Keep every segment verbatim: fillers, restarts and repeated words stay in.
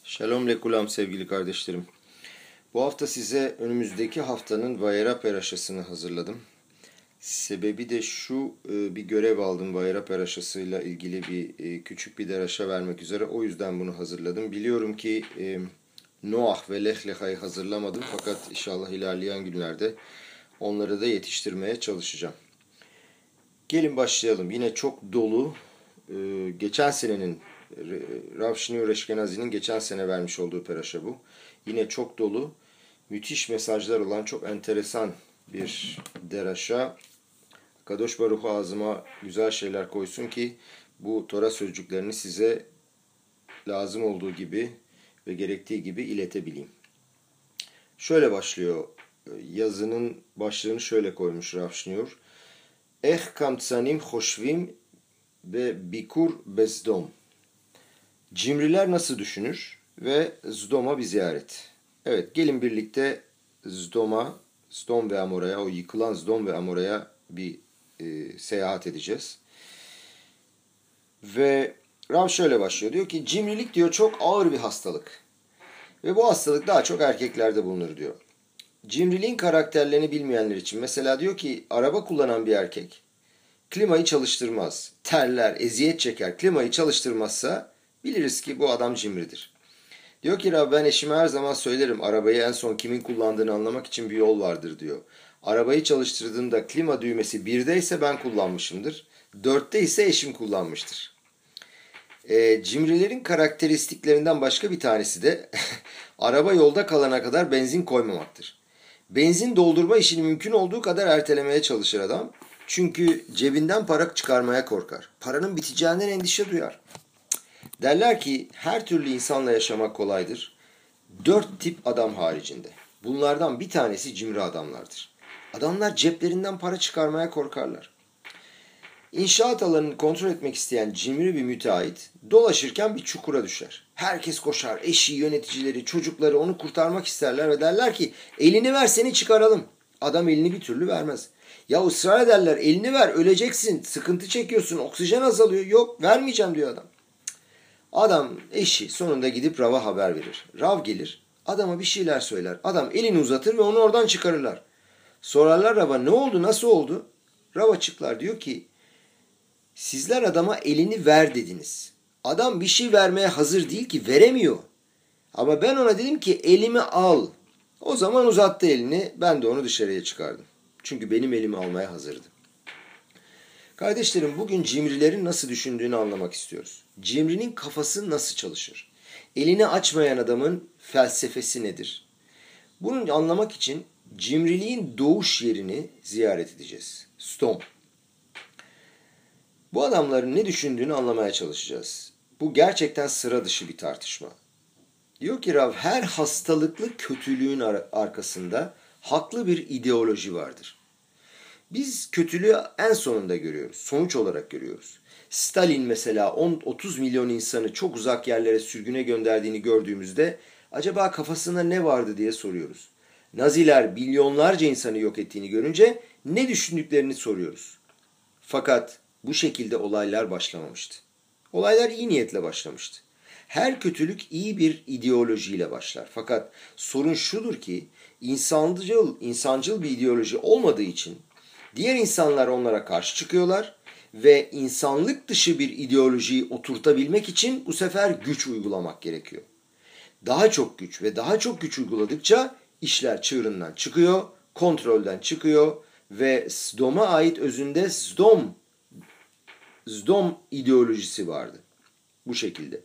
Shalom lekulam sevgili kardeşlerim. Bu hafta size önümüzdeki haftanın Vayera Peraşasını hazırladım. Sebebi de şu, bir görev aldım Vayera Peraşasıyla ilgili bir küçük bir deraşa vermek üzere. O yüzden bunu hazırladım. Biliyorum ki Noah ve Lech Lecha'yı hazırlamadım fakat inşallah ilerleyen günlerde onları da yetiştirmeye çalışacağım. Gelin başlayalım. Yine çok dolu, geçen senenin Rav Shneur Eşkenazi'nin geçen sene vermiş olduğu peraşa bu. Yine çok dolu, müthiş mesajlar olan çok enteresan bir deraşa. Kadosh Baruch Hu ağzıma güzel şeyler koysun ki bu Tora sözcüklerini size lazım olduğu gibi ve gerektiği gibi iletebileyim. Şöyle başlıyor. Yazının başlığını şöyle koymuş Rav Shneur. Eh kamtsanim hoşvim ve bikur bezdom. Cimriler nasıl düşünür ve Zdom'a bir ziyaret. Evet, gelin birlikte Zdom'a, Zdom ve Amora'ya, o yıkılan Zdom ve Amora'ya bir e, seyahat edeceğiz. Ve Rav şöyle başlıyor. Diyor ki cimrilik diyor çok ağır bir hastalık. Ve bu hastalık daha çok erkeklerde bulunur diyor. Cimriliğin karakterlerini bilmeyenler için mesela diyor ki araba kullanan bir erkek klimayı çalıştırmaz, terler, eziyet çeker, klimayı çalıştırmazsa biliriz ki bu adam cimridir. Diyor ki Rab ben eşime her zaman söylerim arabayı en son kimin kullandığını anlamak için bir yol vardır diyor. Arabayı çalıştırdığında klima düğmesi birdeyse ben kullanmışımdır. Dörtte ise eşim kullanmıştır. E, cimrilerin karakteristiklerinden başka bir tanesi de araba yolda kalana kadar benzin koymamaktır. Benzin doldurma işini mümkün olduğu kadar ertelemeye çalışır adam. Çünkü cebinden para çıkarmaya korkar. Paranın biteceğinden endişe duyar. Derler ki her türlü insanla yaşamak kolaydır. Dört tip adam haricinde. Bunlardan bir tanesi cimri adamlardır. Adamlar ceplerinden para çıkarmaya korkarlar. İnşaat alanını kontrol etmek isteyen cimri bir müteahhit dolaşırken bir çukura düşer. Herkes koşar. Eşi, yöneticileri, çocukları onu kurtarmak isterler ve derler ki elini ver seni çıkaralım. Adam elini bir türlü vermez. Ya ısrar ederler elini ver öleceksin, sıkıntı çekiyorsun, oksijen azalıyor. Yok vermeyeceğim diyor adam. Adam eşi sonunda gidip Rav'a haber verir. Rav gelir adama bir şeyler söyler. Adam elini uzatır ve onu oradan çıkarırlar. Sorarlar Rav'a ne oldu nasıl oldu? Rav açıklar diyor ki sizler adama elini ver dediniz. Adam bir şey vermeye hazır değil ki veremiyor. Ama ben ona dedim ki elimi al. O zaman uzattı elini ben de onu dışarıya çıkardım. Çünkü benim elimi almaya hazırdı. Kardeşlerim bugün cimrilerin nasıl düşündüğünü anlamak istiyoruz. Cimrinin kafası nasıl çalışır? Elini açmayan adamın felsefesi nedir? Bunu anlamak için cimriliğin doğuş yerini ziyaret edeceğiz. Stom. Bu adamların ne düşündüğünü anlamaya çalışacağız. Bu gerçekten sıra dışı bir tartışma. Diyor ki Rav her hastalıklı kötülüğün arkasında haklı bir ideoloji vardır. Biz kötülüğü en sonunda görüyoruz. Sonuç olarak görüyoruz. Stalin mesela on otuz milyon insanı çok uzak yerlere sürgüne gönderdiğini gördüğümüzde acaba kafasında ne vardı diye soruyoruz. Naziler milyonlarca insanı yok ettiğini görünce ne düşündüklerini soruyoruz. Fakat bu şekilde olaylar başlamamıştı. Olaylar iyi niyetle başlamıştı. Her kötülük iyi bir ideolojiyle başlar. Fakat sorun şudur ki insancıl, insancıl bir ideoloji olmadığı için diğer insanlar onlara karşı çıkıyorlar ve insanlık dışı bir ideolojiyi oturtabilmek için bu sefer güç uygulamak gerekiyor. Daha çok güç ve daha çok güç uyguladıkça işler çığırından çıkıyor, kontrolden çıkıyor ve Zdom'a ait özünde Zdom, Zdom ideolojisi vardı. Bu şekilde.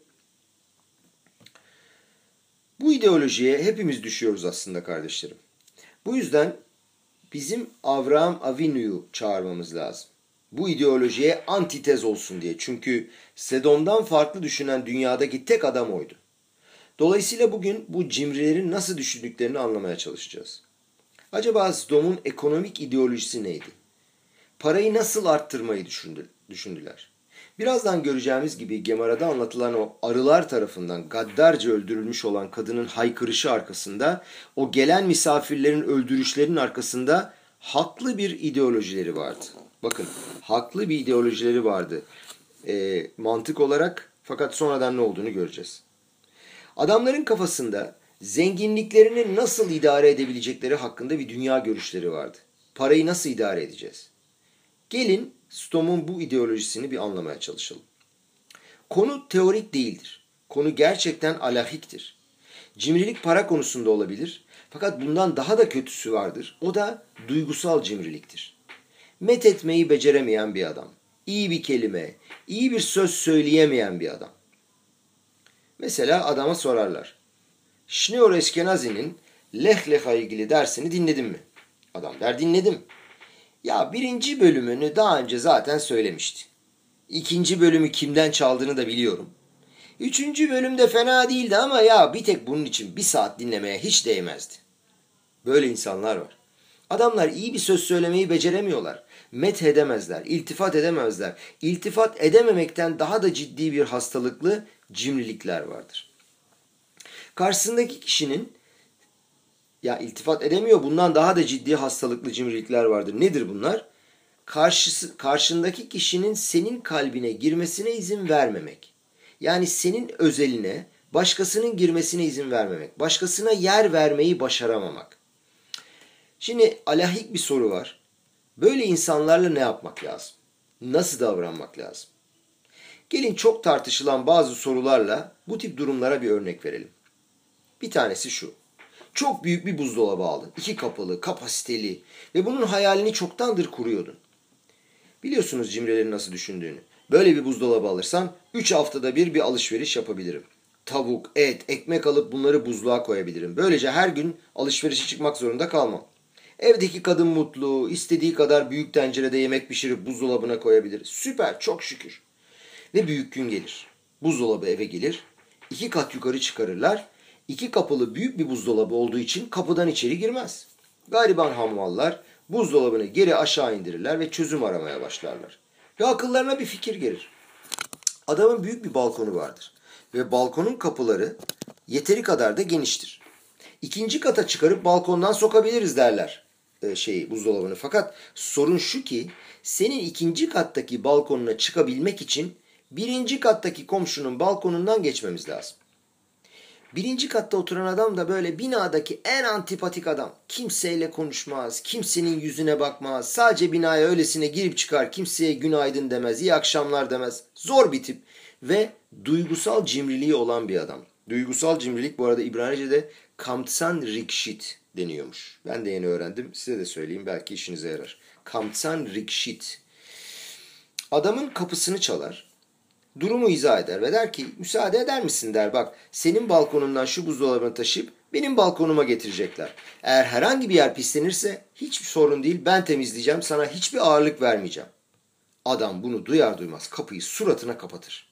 Bu ideolojiye hepimiz düşüyoruz aslında kardeşlerim. Bu yüzden bizim Avraham Avinu'yu çağırmamız lazım. Bu ideolojiye antitez olsun diye. Çünkü Sedom'dan farklı düşünen dünyadaki tek adam oydu. Dolayısıyla bugün bu cimrilerin nasıl düşündüklerini anlamaya çalışacağız. Acaba Sedom'un ekonomik ideolojisi neydi? Parayı nasıl arttırmayı düşündüler? Birazdan göreceğimiz gibi Gemara'da anlatılan o arılar tarafından gaddarca öldürülmüş olan kadının haykırışı arkasında, o gelen misafirlerin öldürüşlerinin arkasında haklı bir ideolojileri vardı. Bakın, haklı bir ideolojileri vardı e, mantık olarak fakat sonradan ne olduğunu göreceğiz. Adamların kafasında zenginliklerini nasıl idare edebilecekleri hakkında bir dünya görüşleri vardı. Parayı nasıl idare edeceğiz? Gelin Stom'un bu ideolojisini bir anlamaya çalışalım. Konu teorik değildir. Konu gerçekten alahiktir. Cimrilik para konusunda olabilir. Fakat bundan daha da kötüsü vardır. O da duygusal cimriliktir. Met etmeyi beceremeyen bir adam. İyi bir kelime, iyi bir söz söyleyemeyen bir adam. Mesela adama sorarlar. Şneor Eskenazi'nin Leh Leh'a ilgili dersini dinledin mi? Adam der dinledim. Ya birinci bölümünü daha önce zaten söylemişti. İkinci bölümü kimden çaldığını da biliyorum. Üçüncü bölüm de fena değildi ama ya bir tek bunun için bir saat dinlemeye hiç değmezdi. Böyle insanlar var. Adamlar iyi bir söz söylemeyi beceremiyorlar. Met edemezler, iltifat edemezler. İltifat edememekten daha da ciddi bir hastalıklı cimrilikler vardır. Karşısındaki kişinin ya iltifat edemiyor, bundan daha da ciddi hastalıklı cimrilikler vardır. Nedir bunlar? Karşısı, karşındaki kişinin senin kalbine girmesine izin vermemek. Yani senin özeline başkasının girmesine izin vermemek. Başkasına yer vermeyi başaramamak. Şimdi alahik bir soru var. Böyle insanlarla ne yapmak lazım? Nasıl davranmak lazım? Gelin çok tartışılan bazı sorularla bu tip durumlara bir örnek verelim. Bir tanesi şu. Çok büyük bir buzdolabı aldın. İki kapılı, kapasiteli ve bunun hayalini çoktandır kuruyordun. Biliyorsunuz cimrilerin nasıl düşündüğünü. Böyle bir buzdolabı alırsam üç haftada bir bir alışveriş yapabilirim. Tavuk, et, ekmek alıp bunları buzluğa koyabilirim. Böylece her gün alışverişe çıkmak zorunda kalmam. Evdeki kadın mutlu, istediği kadar büyük tencerede yemek pişirip buzdolabına koyabilir. Süper, çok şükür. Ve büyük gün gelir. Buzdolabı eve gelir. İki kat yukarı çıkarırlar. İki kapılı büyük bir buzdolabı olduğu için kapıdan içeri girmez. Gariban hamallar buzdolabını geri aşağı indirirler ve çözüm aramaya başlarlar. Ve akıllarına bir fikir gelir. Adamın büyük bir balkonu vardır. Ve balkonun kapıları yeteri kadar da geniştir. İkinci kata çıkarıp balkondan sokabiliriz derler e, şeyi buzdolabını. Fakat sorun şu ki senin ikinci kattaki balkonuna çıkabilmek için birinci kattaki komşunun balkonundan geçmemiz lazım. Birinci katta oturan adam da böyle binadaki en antipatik adam. Kimseyle konuşmaz, kimsenin yüzüne bakmaz. Sadece binaya öylesine girip çıkar, kimseye günaydın demez, iyi akşamlar demez. Zor bir tip ve duygusal cimriliği olan bir adam. Duygusal cimrilik bu arada İbranice'de kamtsan rikşit deniyormuş. Ben de yeni öğrendim. Size de söyleyeyim, belki işinize yarar. Kamtsan rikşit. Adamın kapısını çalar. Durumu izah eder ve der ki müsaade eder misin der, bak senin balkonundan şu buzdolabını taşıyıp benim balkonuma getirecekler. Eğer herhangi bir yer pislenirse hiçbir sorun değil, ben temizleyeceğim, sana hiçbir ağırlık vermeyeceğim. Adam bunu duyar duymaz kapıyı suratına kapatır.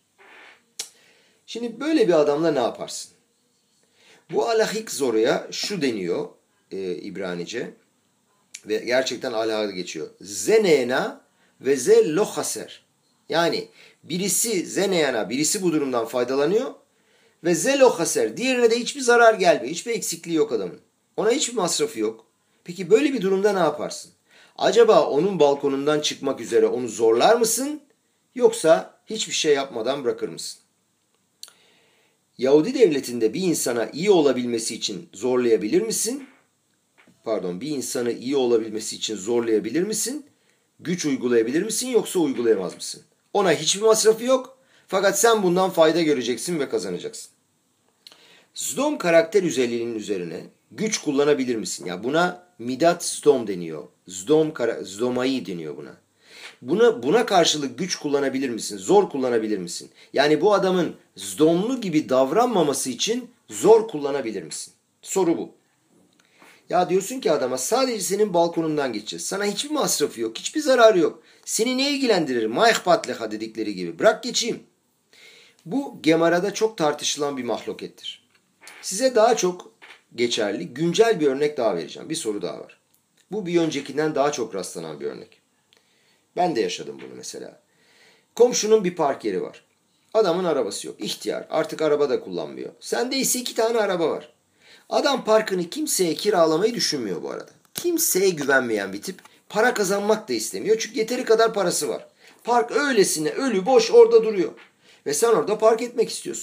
Şimdi böyle bir adamla ne yaparsın? Bu alahik zoruya şu deniyor e, İbranice ve gerçekten alahı geçiyor. Zenena ve ze lohaser. Yani birisi zeneyana, birisi bu durumdan faydalanıyor ve zelohaser, diğerine de hiçbir zarar gelmiyor. Hiçbir eksikliği yok adamın. Ona hiçbir masrafı yok. Peki böyle bir durumda ne yaparsın? Acaba onun balkonundan çıkmak üzere onu zorlar mısın? Yoksa hiçbir şey yapmadan bırakır mısın? Yahudi devletinde bir insana iyi olabilmesi için zorlayabilir misin? Pardon, bir insanı iyi olabilmesi için zorlayabilir misin? Güç uygulayabilir misin yoksa uygulayamaz mısın? Ona hiçbir masrafı yok. Fakat sen bundan fayda göreceksin ve kazanacaksın. Zdom karakter özelliğinin üzerine güç kullanabilir misin? Ya buna midat zdom deniyor. Zdom zdomai deniyor buna. Buna buna karşılık güç kullanabilir misin? Zor kullanabilir misin? Yani bu adamın zdomlu gibi davranmaması için zor kullanabilir misin? Soru bu. Ya diyorsun ki adama sadece senin balkonundan geçeceğiz. Sana hiçbir masrafı yok, hiçbir zararı yok. Seni ne ilgilendirir? Mayhpatleha dedikleri gibi. Bırak geçeyim. Bu Gemara'da çok tartışılan bir mahlukettir. Size daha çok geçerli, güncel bir örnek daha vereceğim. Bir soru daha var. Bu bir öncekinden daha çok rastlanan bir örnek. Ben de yaşadım bunu mesela. Komşunun bir park yeri var. Adamın arabası yok. İhtiyar. Artık araba da kullanmıyor. Sende ise iki tane araba var. Adam parkını kimseye kiralamayı düşünmüyor bu arada. Kimseye güvenmeyen bir tip. Para kazanmak da istemiyor. Çünkü yeteri kadar parası var. Park öylesine ölü boş orada duruyor. Ve sen orada park etmek istiyorsun.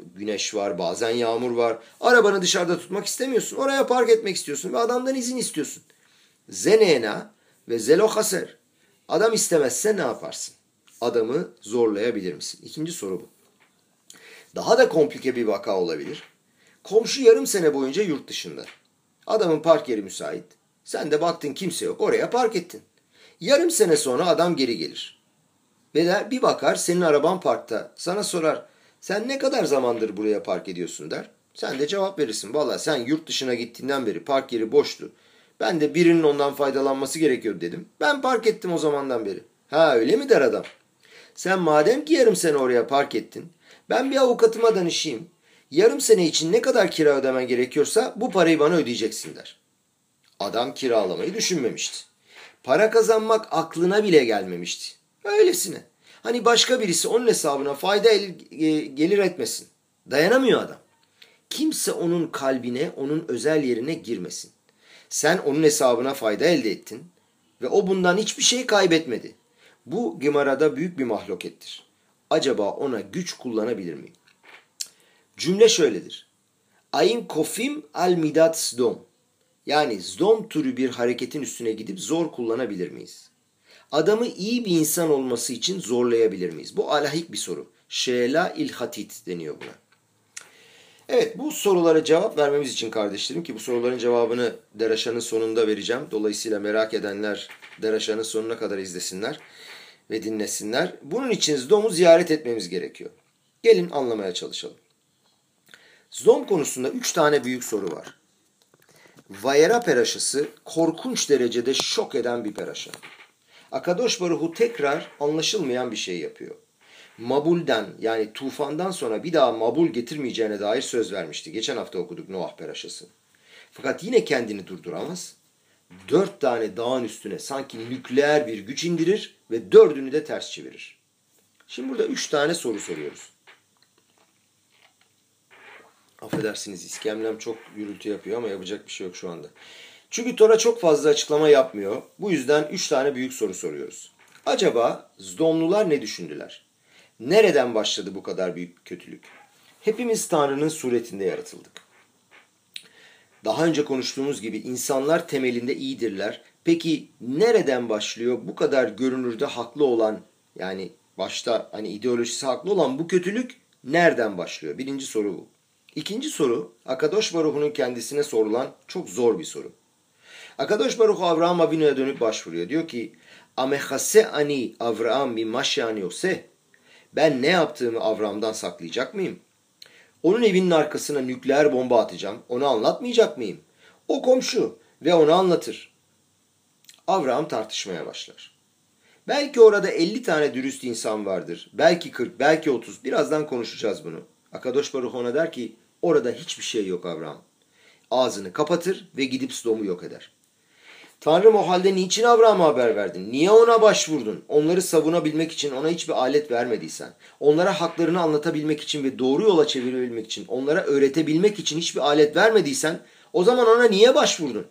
güneş var, bazen yağmur var. Arabanı dışarıda tutmak istemiyorsun. Oraya park etmek istiyorsun ve adamdan izin istiyorsun. Zeneena ve zelohaser. Adam istemezse ne yaparsın? Adamı zorlayabilir misin? İkinci soru bu. Daha da komplike bir vaka olabilir. Komşu yarım sene boyunca yurt dışında. Adamın park yeri müsait. Sen de baktın kimse yok, oraya park ettin. Yarım sene sonra adam geri gelir. Ve de bir bakar senin araban parkta. Sana sorar, sen ne kadar zamandır buraya park ediyorsun der. Sen de cevap verirsin. Valla sen yurt dışına gittiğinden beri park yeri boştu. Ben de birinin ondan faydalanması gerekiyor dedim. Ben park ettim o zamandan beri. Ha öyle mi der adam. Sen madem ki yarım sene oraya park ettin, ben bir avukatıma danışayım. Yarım sene için ne kadar kira ödemen gerekiyorsa bu parayı bana ödeyeceksin der. Adam kiralamayı düşünmemişti. Para kazanmak aklına bile gelmemişti. Öylesine. Hani başka birisi onun hesabına fayda el, e, gelir etmesin. Dayanamıyor adam. Kimse onun kalbine, onun özel yerine girmesin. Sen onun hesabına fayda elde ettin ve o bundan hiçbir şey kaybetmedi. Bu Gemara'da büyük bir mahlukettir. Acaba ona güç kullanabilir miyim? Cümle şöyledir. Aim kofim al midat zdom. Yani zdom türü bir hareketin üstüne gidip zor kullanabilir miyiz? Adamı iyi bir insan olması için zorlayabilir miyiz? Bu alahik bir soru. Şeela ilhatit deniyor buna. Evet, bu sorulara cevap vermemiz için kardeşlerim, ki bu soruların cevabını Deraşan'ın sonunda vereceğim. Dolayısıyla merak edenler Deraşan'ın sonuna kadar izlesinler ve dinlesinler. Bunun için Zdom'u ziyaret etmemiz gerekiyor. Gelin anlamaya çalışalım. Zdom konusunda üç tane büyük soru var. Vayera peraşası korkunç derecede şok eden bir peraşa. Akadosh Baruhu tekrar anlaşılmayan bir şey yapıyor. Mabul'den, yani tufandan sonra bir daha Mabul getirmeyeceğine dair söz vermişti. Geçen hafta okuduk Noah peraşası. Fakat yine kendini durduramaz. Dört tane dağın üstüne sanki nükleer bir güç indirir ve dördünü de ters çevirir. Şimdi burada üç tane soru soruyoruz. Affedersiniz, iskemlem çok gürültü yapıyor ama yapacak bir şey yok şu anda. Çünkü Tora çok fazla açıklama yapmıyor. Bu yüzden üç tane büyük soru soruyoruz. Acaba Zdomlular ne düşündüler? Nereden başladı bu kadar büyük kötülük? Hepimiz Tanrı'nın suretinde yaratıldık. Daha önce konuştuğumuz gibi insanlar temelinde iyidirler. Peki nereden başlıyor bu kadar görünürde haklı olan, yani başta hani ideolojisi haklı olan bu kötülük nereden başlıyor? Birinci soru bu. İkinci soru, Akadosh Baruhu'nun kendisine sorulan çok zor bir soru. Akadosh Baruhu Avraham Avinu'ya dönüp başvuruyor. Diyor ki, Amechase ani Avraham mi maşyani yose. Ben ne yaptığımı Avraham'dan saklayacak mıyım? Onun evinin arkasına nükleer bomba atacağım. Onu anlatmayacak mıyım? O komşu ve onu anlatır. Avraham tartışmaya başlar. Belki orada elli tane dürüst insan vardır. Belki kırk, belki otuz. Birazdan konuşacağız bunu. Akadosh Baruch ona der ki, orada hiçbir şey yok Avraham. Ağzını kapatır ve gidip Sodom'u yok eder. Tanrım, o halde niçin Avraham'a haber verdin? Niye ona başvurdun? Onları savunabilmek için ona hiçbir alet vermediysen, onlara haklarını anlatabilmek için ve doğru yola çevirebilmek için, onlara öğretebilmek için hiçbir alet vermediysen, o zaman ona niye başvurdun?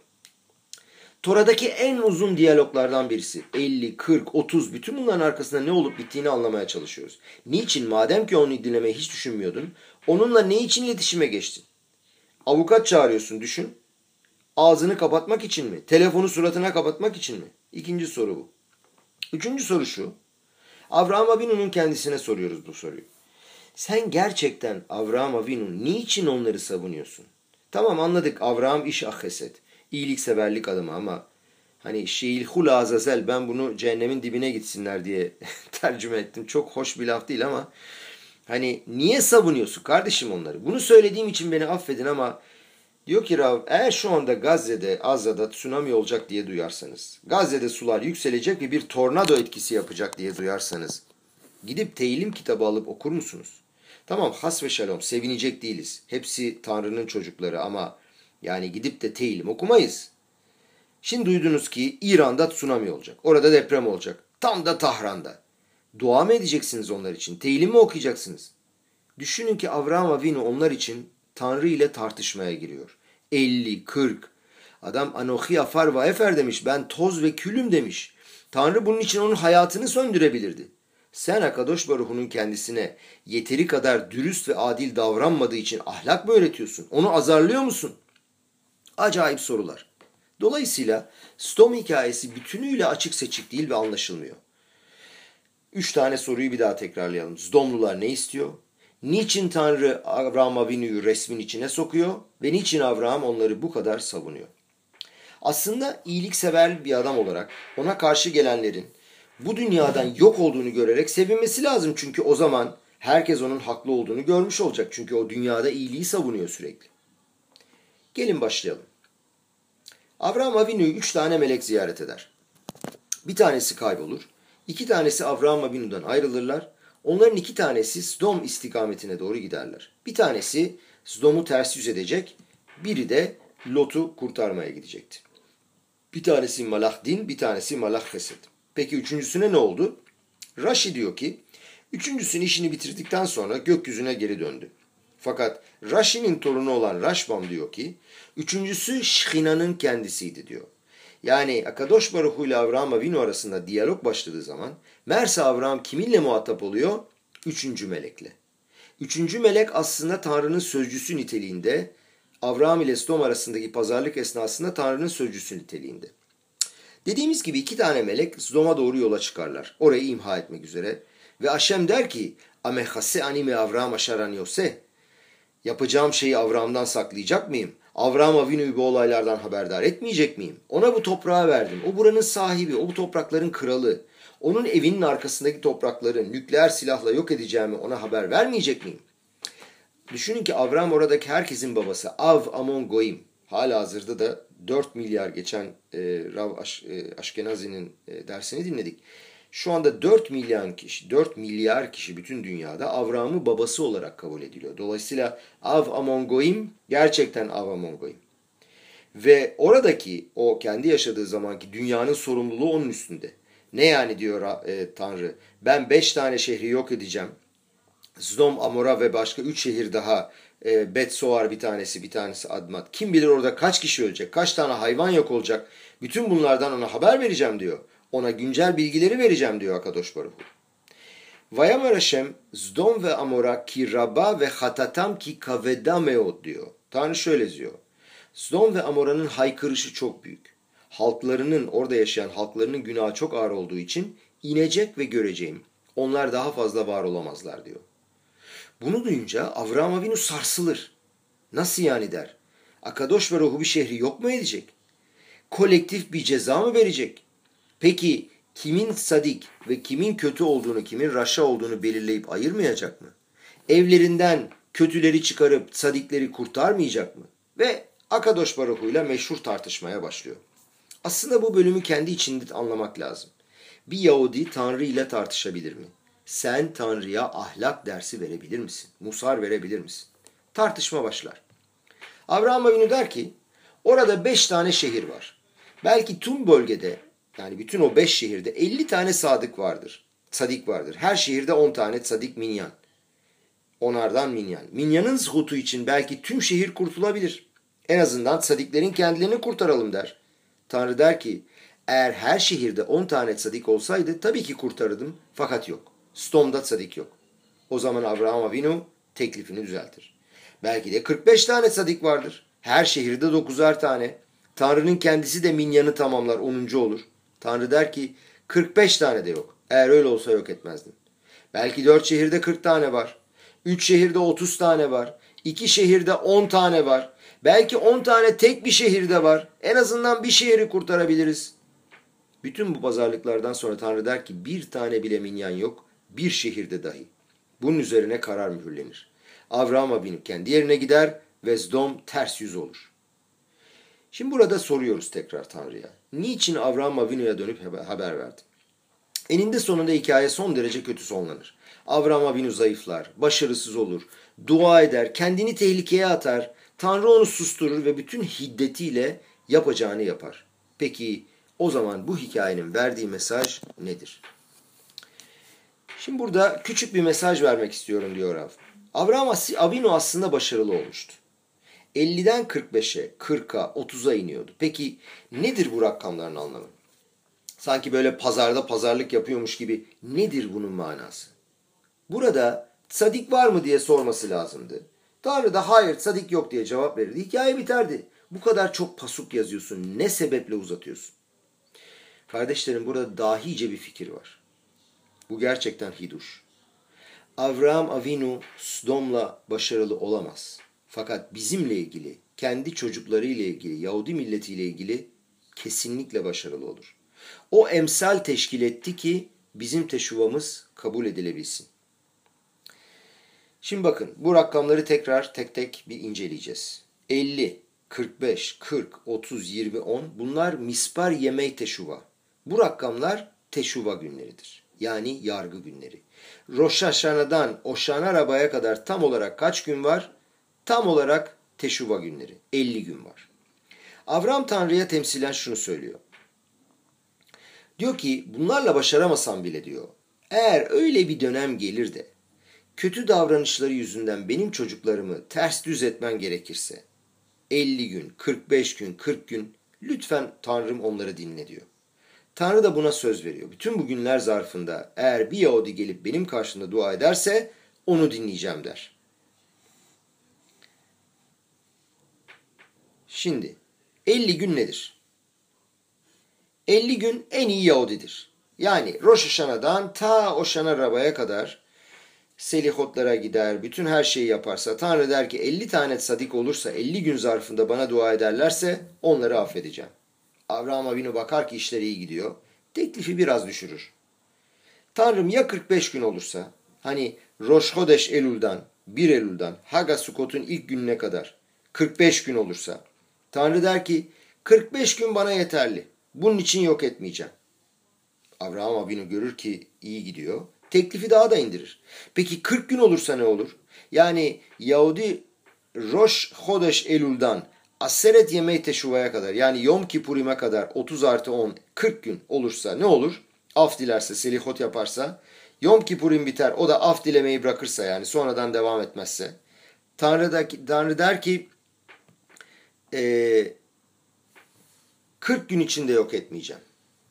Tora'daki en uzun diyaloglardan birisi. elli, kırk, otuz, bütün bunların arkasında ne olup bittiğini anlamaya çalışıyoruz. Niçin? Madem ki onu dinlemeyi hiç düşünmüyordun, onunla ne için iletişime geçtin? Avukat çağırıyorsun, düşün. Ağzını kapatmak için mi? Telefonu suratına kapatmak için mi? İkinci soru bu. Üçüncü soru şu. Avraham Avinu'nun kendisine soruyoruz bu soruyu. Sen gerçekten Avraham Avinu niçin onları savunuyorsun? Tamam, anladık, Avraham iş ahheset. İyilikseverlik adamı, ama hani şeilhul azazel, ben bunu cehennemin dibine gitsinler diye tercüme ettim. Çok hoş bir laf değil ama hani niye savunuyorsun kardeşim onları? Bunu söylediğim için beni affedin ama diyor ki Rav, eğer şu anda Gazze'de, Azra'da tsunami olacak diye duyarsanız, Gazze'de sular yükselecek ve bir tornado etkisi yapacak diye duyarsanız, gidip Tehilim kitabı alıp okur musunuz? Tamam, has ve şalom, sevinecek değiliz. Hepsi Tanrı'nın çocukları ama yani gidip de Tehilim okumayız. Şimdi duydunuz ki İran'da tsunami olacak. Orada deprem olacak. Tam da Tahran'da. Dua mı edeceksiniz onlar için? Tehilim mi okuyacaksınız? Düşünün ki Avraham Avinu onlar için Tanrı ile tartışmaya giriyor. elli, kırk. Adam Anochi afar ve efer demiş. Ben toz ve külüm demiş. Tanrı bunun için onun hayatını söndürebilirdi. Sen Akadosh Baruhu'nun kendisine yeteri kadar dürüst ve adil davranmadığı için ahlak mı öğretiyorsun? Onu azarlıyor musun? Acayip sorular. Dolayısıyla Sdom hikayesi bütünüyle açık seçik değil ve anlaşılmıyor. Üç tane soruyu bir daha tekrarlayalım. Sdomlular ne istiyor? Niçin Tanrı Avraham Avinu'yu resmin içine sokuyor? Ve niçin Avraham onları bu kadar savunuyor? Aslında iyiliksever bir adam olarak ona karşı gelenlerin bu dünyadan yok olduğunu görerek sevinmesi lazım. Çünkü o zaman herkes onun haklı olduğunu görmüş olacak. Çünkü o dünyada iyiliği savunuyor sürekli. Gelin başlayalım. Avraham Avinu'yu üç tane melek ziyaret eder. Bir tanesi kaybolur. İki tanesi Avraham Avinu'dan ayrılırlar. Onların iki tanesi Sdom istikametine doğru giderler. Bir tanesi Sdom'u ters yüz edecek. Biri de Lot'u kurtarmaya gidecekti. Bir tanesi Malach Din, bir tanesi Malach Chesed. Peki üçüncüsüne ne oldu? Rashi diyor ki, üçüncüsünün işini bitirdikten sonra gökyüzüne geri döndü. Fakat Rashi'nin torunu olan Rashbam diyor ki, üçüncüsü Şhina'nın kendisiydi diyor. Yani Akadosh Baruhu ile Avraham Avinu arasında diyalog başladığı zaman meğerse Avraham kiminle muhatap oluyor? Üçüncü melekle. Üçüncü melek aslında Tanrı'nın sözcüsü niteliğinde, Avraham ile Sdom arasındaki pazarlık esnasında Tanrı'nın sözcüsü niteliğinde. Dediğimiz gibi iki tane melek Sdom'a doğru yola çıkarlar. Orayı imha etmek üzere. Ve Haşem der ki, Amechase anime Avraham aşaran yose. Yapacağım şeyi Avraham'dan saklayacak mıyım? Avraham Avinu'yu bu olaylardan haberdar etmeyecek miyim? Ona bu toprağı verdim. O buranın sahibi, o bu toprakların kralı. Onun evinin arkasındaki toprakları nükleer silahla yok edeceğimi ona haber vermeyecek miyim? Düşünün ki Avraham oradaki herkesin babası. Av Amon Goyim. Halihazırda da dört milyar geçen e, Rav Aş, e, Aşkenazi'nin e, dersini dinledik. Şu anda dört milyar kişi, dört milyar kişi bütün dünyada Avraham'ı babası olarak kabul ediliyor. Dolayısıyla Av Amon Goyim gerçekten Av Amon Goyim. Ve oradaki o kendi yaşadığı zamanki dünyanın sorumluluğu onun üstünde. Ne yani diyor e, Tanrı? Ben beş tane şehri yok edeceğim. Sdom, Amora ve başka üç şehir daha. E, Bet Soar bir tanesi, bir tanesi Admat. Kim bilir orada kaç kişi ölecek, kaç tane hayvan yok olacak. Bütün bunlardan ona haber vereceğim diyor. Ona güncel bilgileri vereceğim diyor Akadosh Baruhu. Vayamer Hashem Sdom ve Amora ki Rabba ve Hatatam ki Kaveda meod diyor. Tanrı şöyle diyor. Sdom ve Amora'nın haykırışı çok büyük. Halklarının, orada yaşayan halklarının günahı çok ağır olduğu için inecek ve göreceğim. Onlar daha fazla var olamazlar diyor. Bunu duyunca Avraham Avinu sarsılır. Nasıl yani der. Akadosh Baruhu bir şehri yok mu edecek? Kolektif bir ceza mı verecek? Peki kimin sadik ve kimin kötü olduğunu, kimin raşa olduğunu belirleyip ayırmayacak mı? Evlerinden kötüleri çıkarıp sadikleri kurtarmayacak mı? Ve Akadosh Baruhu ile meşhur tartışmaya başlıyor. Aslında bu bölümü kendi içinde anlamak lazım. Bir Yahudi Tanrı ile tartışabilir mi? Sen Tanrı'ya ahlak dersi verebilir misin? Musar verebilir misin? Tartışma başlar. Avraham Avinu der ki, orada beş tane şehir var. Belki tüm bölgede, yani bütün o beş şehirde elli tane sadık vardır. Sadik vardır. Her şehirde on tane sadik minyan. Onardan minyan. Minyanın zuhutu için belki tüm şehir kurtulabilir. En azından sadiklerin kendilerini kurtaralım der. Tanrı der ki, eğer her şehirde on tane sadik olsaydı tabii ki kurtarırdım, fakat yok. Sdom'da sadik yok. O zaman Avraham Avinu teklifini düzeltir. Belki de kırk beş tane sadik vardır. Her şehirde dokuzar tane. Tanrı'nın kendisi de minyanı tamamlar, onuncu olur. Tanrı der ki kırk beş tane de yok. Eğer öyle olsa yok etmezdim. Belki dört şehirde kırk tane var. üç şehirde otuz tane var. iki şehirde on tane var. Belki on tane tek bir şehirde var. En azından bir şehri kurtarabiliriz. Bütün bu pazarlıklardan sonra Tanrı der ki bir tane bile minyan yok. Bir şehirde dahi. Bunun üzerine karar mühürlenir. Avraham Avinu kendi yerine gider ve Sdom ters yüz olur. Şimdi burada soruyoruz tekrar Tanrı'ya. Niçin Avraham Avinu'ya dönüp haber verdi? Eninde sonunda hikaye son derece kötü sonlanır. Avraham Avinu zayıflar, başarısız olur, dua eder, kendini tehlikeye atar, Tanrı onu susturur ve bütün hiddetiyle yapacağını yapar. Peki o zaman bu hikayenin verdiği mesaj nedir? Şimdi burada küçük bir mesaj vermek istiyorum diyor Rav. Avraham Avinu aslında başarılı olmuştu. elliden kırk beşe, kırka, otuza iniyordu. Peki nedir bu rakamların anlamı? Sanki böyle pazarda pazarlık yapıyormuş gibi. Nedir bunun manası? Burada tsadik var mı diye sorması lazımdı. Tanrı da hayır tsadik yok diye cevap verirdi. Hikaye biterdi. Bu kadar çok pasuk yazıyorsun. Ne sebeple uzatıyorsun? Kardeşlerim, burada dahice bir fikir var. Bu gerçekten hiduş. Avraham Avinu Sodom'la başarılı olamaz. Fakat bizimle ilgili, kendi çocuklarıyla ilgili, Yahudi milletiyle ilgili kesinlikle başarılı olur. O emsal teşkil etti ki bizim teşuvamız kabul edilebilsin. Şimdi bakın, bu rakamları tekrar tek tek bir inceleyeceğiz. elli, kırk beş, kırk, otuz, yirmi, on bunlar mispar yemey teşuva. Bu rakamlar teşuva günleridir. Yani yargı günleri. Rosh Hashanah'dan Oshana Rabba'ya kadar tam olarak kaç gün var? Tam olarak teşuva günleri. elli gün var. Avram Tanrı'ya temsilen şunu söylüyor. Diyor ki bunlarla başaramasam bile diyor. Eğer öyle bir dönem gelir de kötü davranışları yüzünden benim çocuklarımı ters düz etmen gerekirse elli gün, kırk beş gün, kırk gün lütfen Tanrım onları dinle diyor. Tanrı da buna söz veriyor. Bütün bu günler zarfında eğer bir Yahudi gelip benim karşımda dua ederse onu dinleyeceğim der. Şimdi elli gün nedir? elli gün en iyi Yahudidir. Yani Rosh Hashanah'dan ta Oshana Rabba'ya kadar selihotlara gider, bütün her şeyi yaparsa, Tanrı der ki elli tane sadik olursa, elli gün zarfında bana dua ederlerse onları affedeceğim. Avraham Avinu bakar ki işleri iyi gidiyor. Teklifi biraz düşürür. Tanrım ya kırk beş gün olursa, hani Rosh Hodesh Elul'dan, bir Elul'dan, Haga Sukot'un ilk gününe kadar kırk beş gün olursa, Tanrı der ki kırk beş gün bana yeterli. Bunun için yok etmeyeceğim. Avraham Avinu görür ki iyi gidiyor. Teklifi daha da indirir. Peki kırk gün olursa ne olur? Yani Yahudi Rosh Hodesh Elul'dan Aseret Yemey Teşuva'ya kadar, yani Yom Kipurim'e kadar otuz artı on, kırk gün olursa ne olur? Af dilerse, selihot yaparsa, Yom Kipurim biter, o da af dilemeyi bırakırsa, yani sonradan devam etmezse, Tanrı, da, Tanrı der ki e, kırk gün içinde yok etmeyeceğim.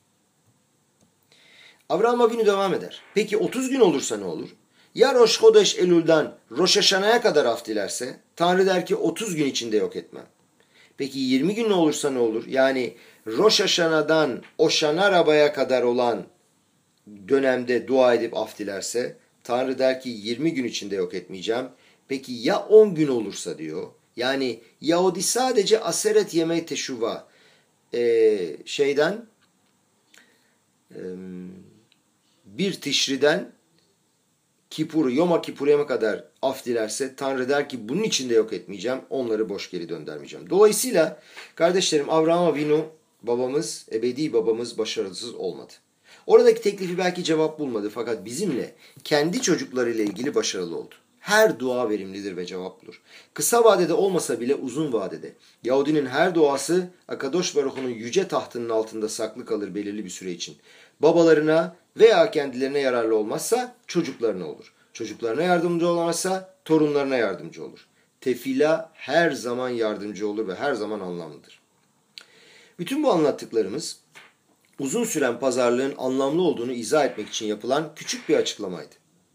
Avraham Avinu devam eder. Peki otuz gün olursa ne olur? Ya Rosh Hodesh Elul'dan Rosh Hashanah'a kadar af dilerse, Tanrı der ki otuz gün içinde yok etmem. Peki yirmi gün olursa ne olur? Yani Rosh Hashanah'dan Oshana Rabba'ya kadar olan dönemde dua edip af dilerse, Tanrı der ki yirmi gün içinde yok etmeyeceğim. Peki ya on gün olursa diyor. Yani Yahudi sadece Aseret Yemey Teşuva e, şeyden e, bir Tişri'den Kipur, Yom Kippur'e kadar af dilerse Tanrı der ki bunun içinde yok etmeyeceğim. Onları boş geri döndürmeyeceğim. Dolayısıyla kardeşlerim, Avraham Avinu babamız, ebedi babamız başarısız olmadı. Oradaki teklifi belki cevap bulmadı fakat bizimle kendi çocuklarıyla ilgili başarılı oldu. Her dua verimlidir ve cevap bulur. Kısa vadede olmasa bile uzun vadede. Yahudinin her duası Akadosh Baruch'un yüce tahtının altında saklı kalır belirli bir süre için. Babalarına veya kendilerine yararlı olmazsa çocuklarına olur. Çocuklarına yardımcı olamazsa torunlarına yardımcı olur. Tefila her zaman yardımcı olur ve her zaman anlamlıdır. Bütün bu anlattıklarımız uzun süren pazarlığın anlamlı olduğunu izah etmek için yapılan küçük bir açıklamaydı.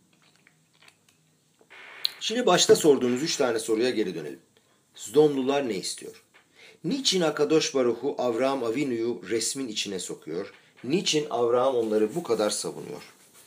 Şimdi başta sorduğunuz üç tane soruya geri dönelim. Sodomlular ne istiyor? Niçin Akadosh Baruchu Avraham Avinu'yu resmin içine sokuyor? Niçin Avraham onları bu kadar savunuyor?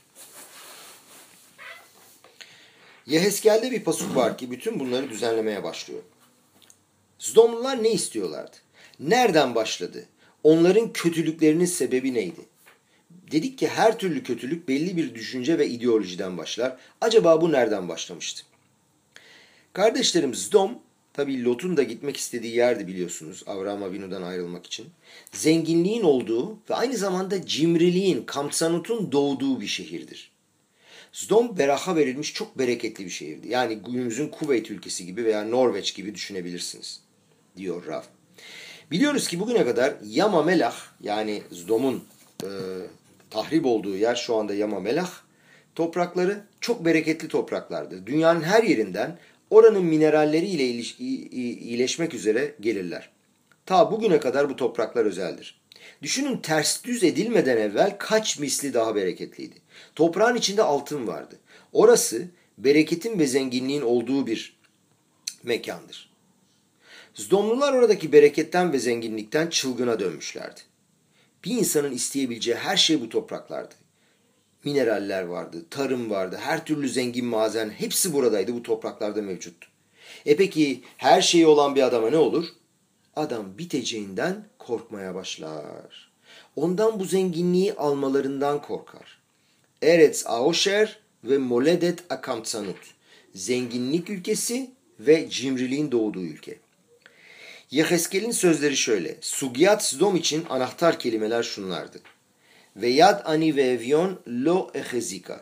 Yehezkel'de bir pasuk var ki bütün bunları düzenlemeye başlıyor. Sodomlular ne istiyorlardı? Nereden başladı? Onların kötülüklerinin sebebi neydi? Dedik ki her türlü kötülük belli bir düşünce ve ideolojiden başlar. Acaba bu nereden başlamıştı? Kardeşlerim, Sodom, tabii Lot'un da gitmek istediği yerdi biliyorsunuz, Avraham Avinu'dan ayrılmak için. Zenginliğin olduğu ve aynı zamanda cimriliğin, kamtsanutun doğduğu bir şehirdir. Sodom beraha verilmiş çok bereketli bir şehirdi. Yani günümüzün Kuveyt ülkesi gibi veya Norveç gibi düşünebilirsiniz, diyor Rav. Biliyoruz ki bugüne kadar Yamamelah, yani Sodom'un e, tahrip olduğu yer şu anda Yamamelah toprakları çok bereketli topraklardı. Dünyanın her yerinden oranın mineralleriyle iyileşmek üzere gelirler. Ta bugüne kadar bu topraklar özeldir. Düşünün ters düz edilmeden evvel kaç misli daha bereketliydi. Toprağın içinde altın vardı. Orası bereketin ve zenginliğin olduğu bir mekandır. Zdomlular oradaki bereketten ve zenginlikten çılgına dönmüşlerdi. Bir insanın isteyebileceği her şey bu topraklardı. Mineraller vardı, tarım vardı, her türlü zengin maden hepsi buradaydı, bu topraklarda mevcuttu. E peki her şeyi olan bir adama ne olur? Adam biteceğinden korkmaya başlar. Ondan bu zenginliği almalarından korkar. Eretz Aosher ve Moledet Akamtsanut. Zenginlik ülkesi ve cimriliğin doğduğu ülke. Yeheskel'in sözleri şöyle. Sugiyat Sdom için anahtar kelimeler şunlardı. Ve yad ani ve evyon lo ehezika.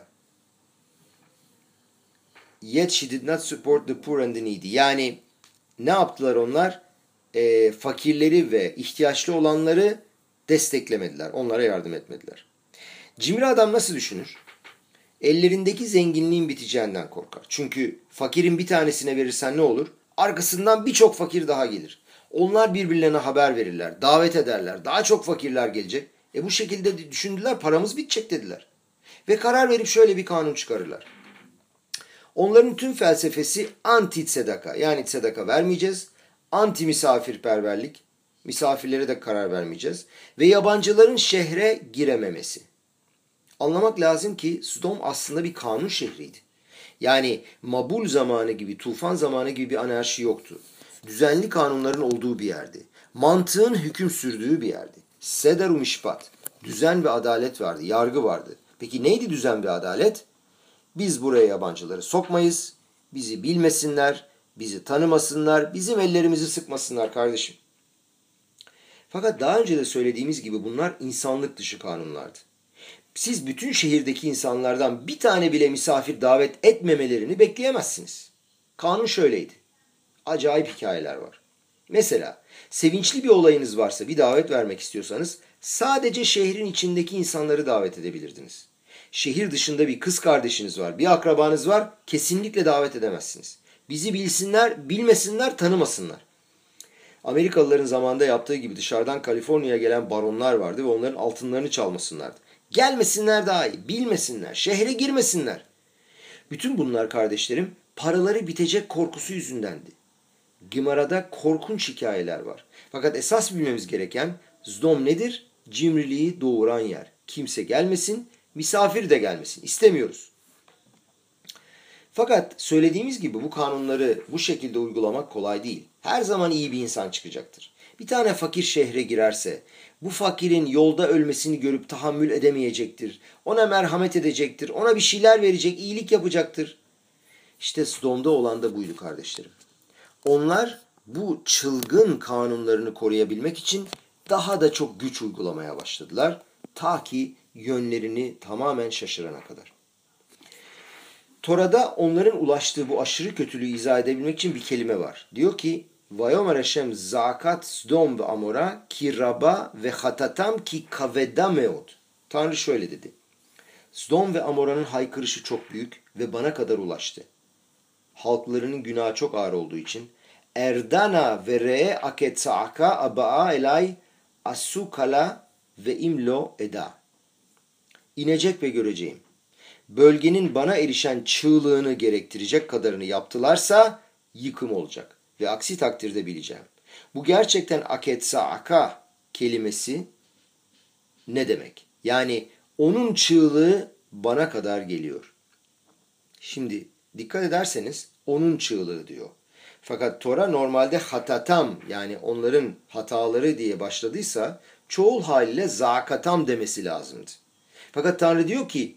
Yet she did not support the poor and the needy. Yani ne yaptılar onlar? E, fakirleri ve ihtiyaçlı olanları desteklemediler. Onlara yardım etmediler. Cimri adam nasıl düşünür? Ellerindeki zenginliğin biteceğinden korkar. Çünkü fakirin bir tanesine verirsen ne olur? Arkasından birçok fakir daha gelir. Onlar birbirlerine haber verirler, davet ederler. Daha çok fakirler gelecek. E bu şekilde düşündüler, paramız bitecek dediler. Ve karar verip şöyle bir kanun çıkarırlar. Onların tüm felsefesi anti sedaka. Yani sedaka vermeyeceğiz. Anti misafirperverlik. Misafirlere de karar vermeyeceğiz. Ve yabancıların şehre girememesi. Anlamak lazım ki Sodom aslında bir kanun şehriydi. Yani Mabul zamanı gibi, tufan zamanı gibi bir anarşi yoktu. Düzenli kanunların olduğu bir yerdi. Mantığın hüküm sürdüğü bir yerdi. Seder-u mişpat. Düzen ve adalet vardı, yargı vardı. Peki neydi düzen ve adalet? Biz buraya yabancıları sokmayız, bizi bilmesinler, bizi tanımasınlar, bizim ellerimizi sıkmasınlar kardeşim. Fakat daha önce de söylediğimiz gibi bunlar insanlık dışı kanunlardı. Siz bütün şehirdeki insanlardan bir tane bile misafir davet etmemelerini bekleyemezsiniz. Kanun şöyleydi. Acayip hikayeler var. Mesela sevinçli bir olayınız varsa bir davet vermek istiyorsanız sadece şehrin içindeki insanları davet edebilirdiniz. Şehir dışında bir kız kardeşiniz var, bir akrabanız var, kesinlikle davet edemezsiniz. Bizi bilsinler, bilmesinler, tanımasınlar. Amerikalıların zamanında yaptığı gibi dışarıdan Kaliforniya'ya gelen baronlar vardı ve onların altınlarını çalmasınlardı. Gelmesinler daha iyi, bilmesinler, şehre girmesinler. Bütün bunlar kardeşlerim paraları bitecek korkusu yüzündendi. Gimara'da korkunç hikayeler var. Fakat esas bilmemiz gereken Sdom nedir? Cimriliği doğuran yer. Kimse gelmesin, misafir de gelmesin. İstemiyoruz. Fakat söylediğimiz gibi bu kanunları bu şekilde uygulamak kolay değil. Her zaman iyi bir insan çıkacaktır. Bir tane fakir şehre girerse bu fakirin yolda ölmesini görüp tahammül edemeyecektir. Ona merhamet edecektir. Ona bir şeyler verecek, iyilik yapacaktır. İşte Sdom'da olan da buydu kardeşlerim. Onlar bu çılgın kanunlarını koruyabilmek için daha da çok güç uygulamaya başladılar. Ta ki yönlerini tamamen şaşırana kadar. Tora'da onların ulaştığı bu aşırı kötülüğü izah edebilmek için bir kelime var. Diyor ki Vayomer Hashem zakat Sdom ve Amora ki raba ve hatatam ki kaveda meod. Tanrı şöyle dedi. Sdom ve Amora'nın haykırışı çok büyük ve bana kadar ulaştı. Halklarının günahı çok ağır olduğu için Erdana ve re'e aketsaaka aba'a elay asu kala ve imlo eda. İnecek ve göreceğim. Bölgenin bana erişen çığlığını gerektirecek kadarını yaptılarsa yıkım olacak. Ve aksi takdirde bileceğim. Bu gerçekten aketsaaka kelimesi ne demek? Yani onun çığlığı bana kadar geliyor. Şimdi dikkat ederseniz onun çığlığı diyor. Fakat Tora normalde hatatam yani onların hataları diye başladıysa çoğul haliyle zakatam demesi lazımdı. Fakat Tanrı diyor ki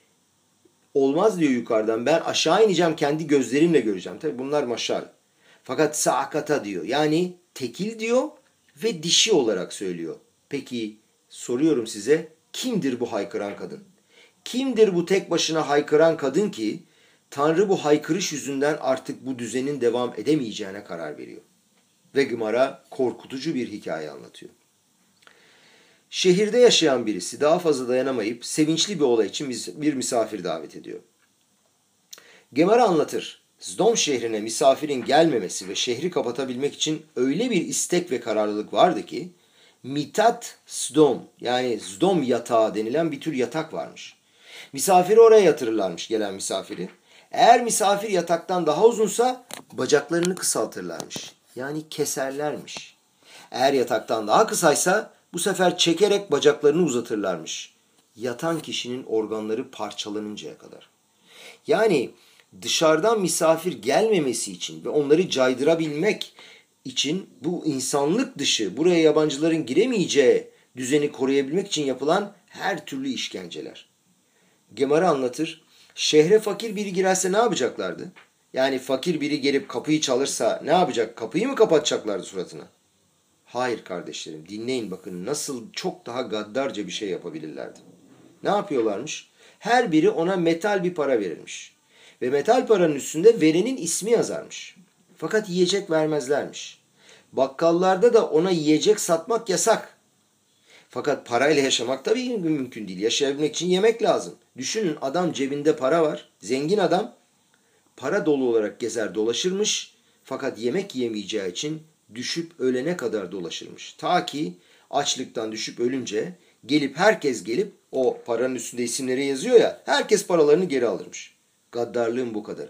olmaz diyor yukarıdan ben aşağı ineceğim kendi gözlerimle göreceğim. Tabi bunlar maşal. Fakat saakata diyor yani tekil diyor ve dişi olarak söylüyor. Peki soruyorum size kimdir bu haykıran kadın? Kimdir bu tek başına haykıran kadın ki Tanrı bu haykırış yüzünden artık bu düzenin devam edemeyeceğine karar veriyor. Ve Gemara korkutucu bir hikaye anlatıyor. Şehirde yaşayan birisi daha fazla dayanamayıp sevinçli bir olay için bir misafir davet ediyor. Gemara anlatır. Zdom şehrine misafirin gelmemesi ve şehri kapatabilmek için öyle bir istek ve kararlılık vardı ki Mitat Zdom yani Zdom yatağı denilen bir tür yatak varmış. Misafiri oraya yatırırlarmış gelen misafiri. Eğer misafir yataktan daha uzunsa bacaklarını kısaltırlarmış. Yani keserlermiş. Eğer yataktan daha kısaysa bu sefer çekerek bacaklarını uzatırlarmış. Yatan kişinin organları parçalanıncaya kadar. Yani dışarıdan misafir gelmemesi için ve onları caydırabilmek için bu insanlık dışı, buraya yabancıların giremeyeceği düzeni koruyabilmek için yapılan her türlü işkenceler. Gemara anlatır. Şehre fakir biri girerse ne yapacaklardı? Yani fakir biri gelip kapıyı çalırsa ne yapacak? Kapıyı mı kapatacaklardı suratına? Hayır kardeşlerim, dinleyin bakın nasıl çok daha gaddarca bir şey yapabilirlerdi. Ne yapıyorlarmış? Her biri ona metal bir para verilmiş. Ve metal paranın üstünde verenin ismi yazarmış. Fakat yiyecek vermezlermiş. Bakkallarda da ona yiyecek satmak yasak. Fakat parayla yaşamak tabii mümkün değil. Yaşayabilmek için yemek lazım. Düşünün adam cebinde para var. Zengin adam para dolu olarak gezer dolaşırmış. Fakat yemek yemeyeceği için düşüp ölene kadar dolaşırmış. Ta ki açlıktan düşüp ölünce gelip herkes gelip o paranın üstünde isimleri yazıyor ya herkes paralarını geri alırmış. Gaddarlığın bu kadarı.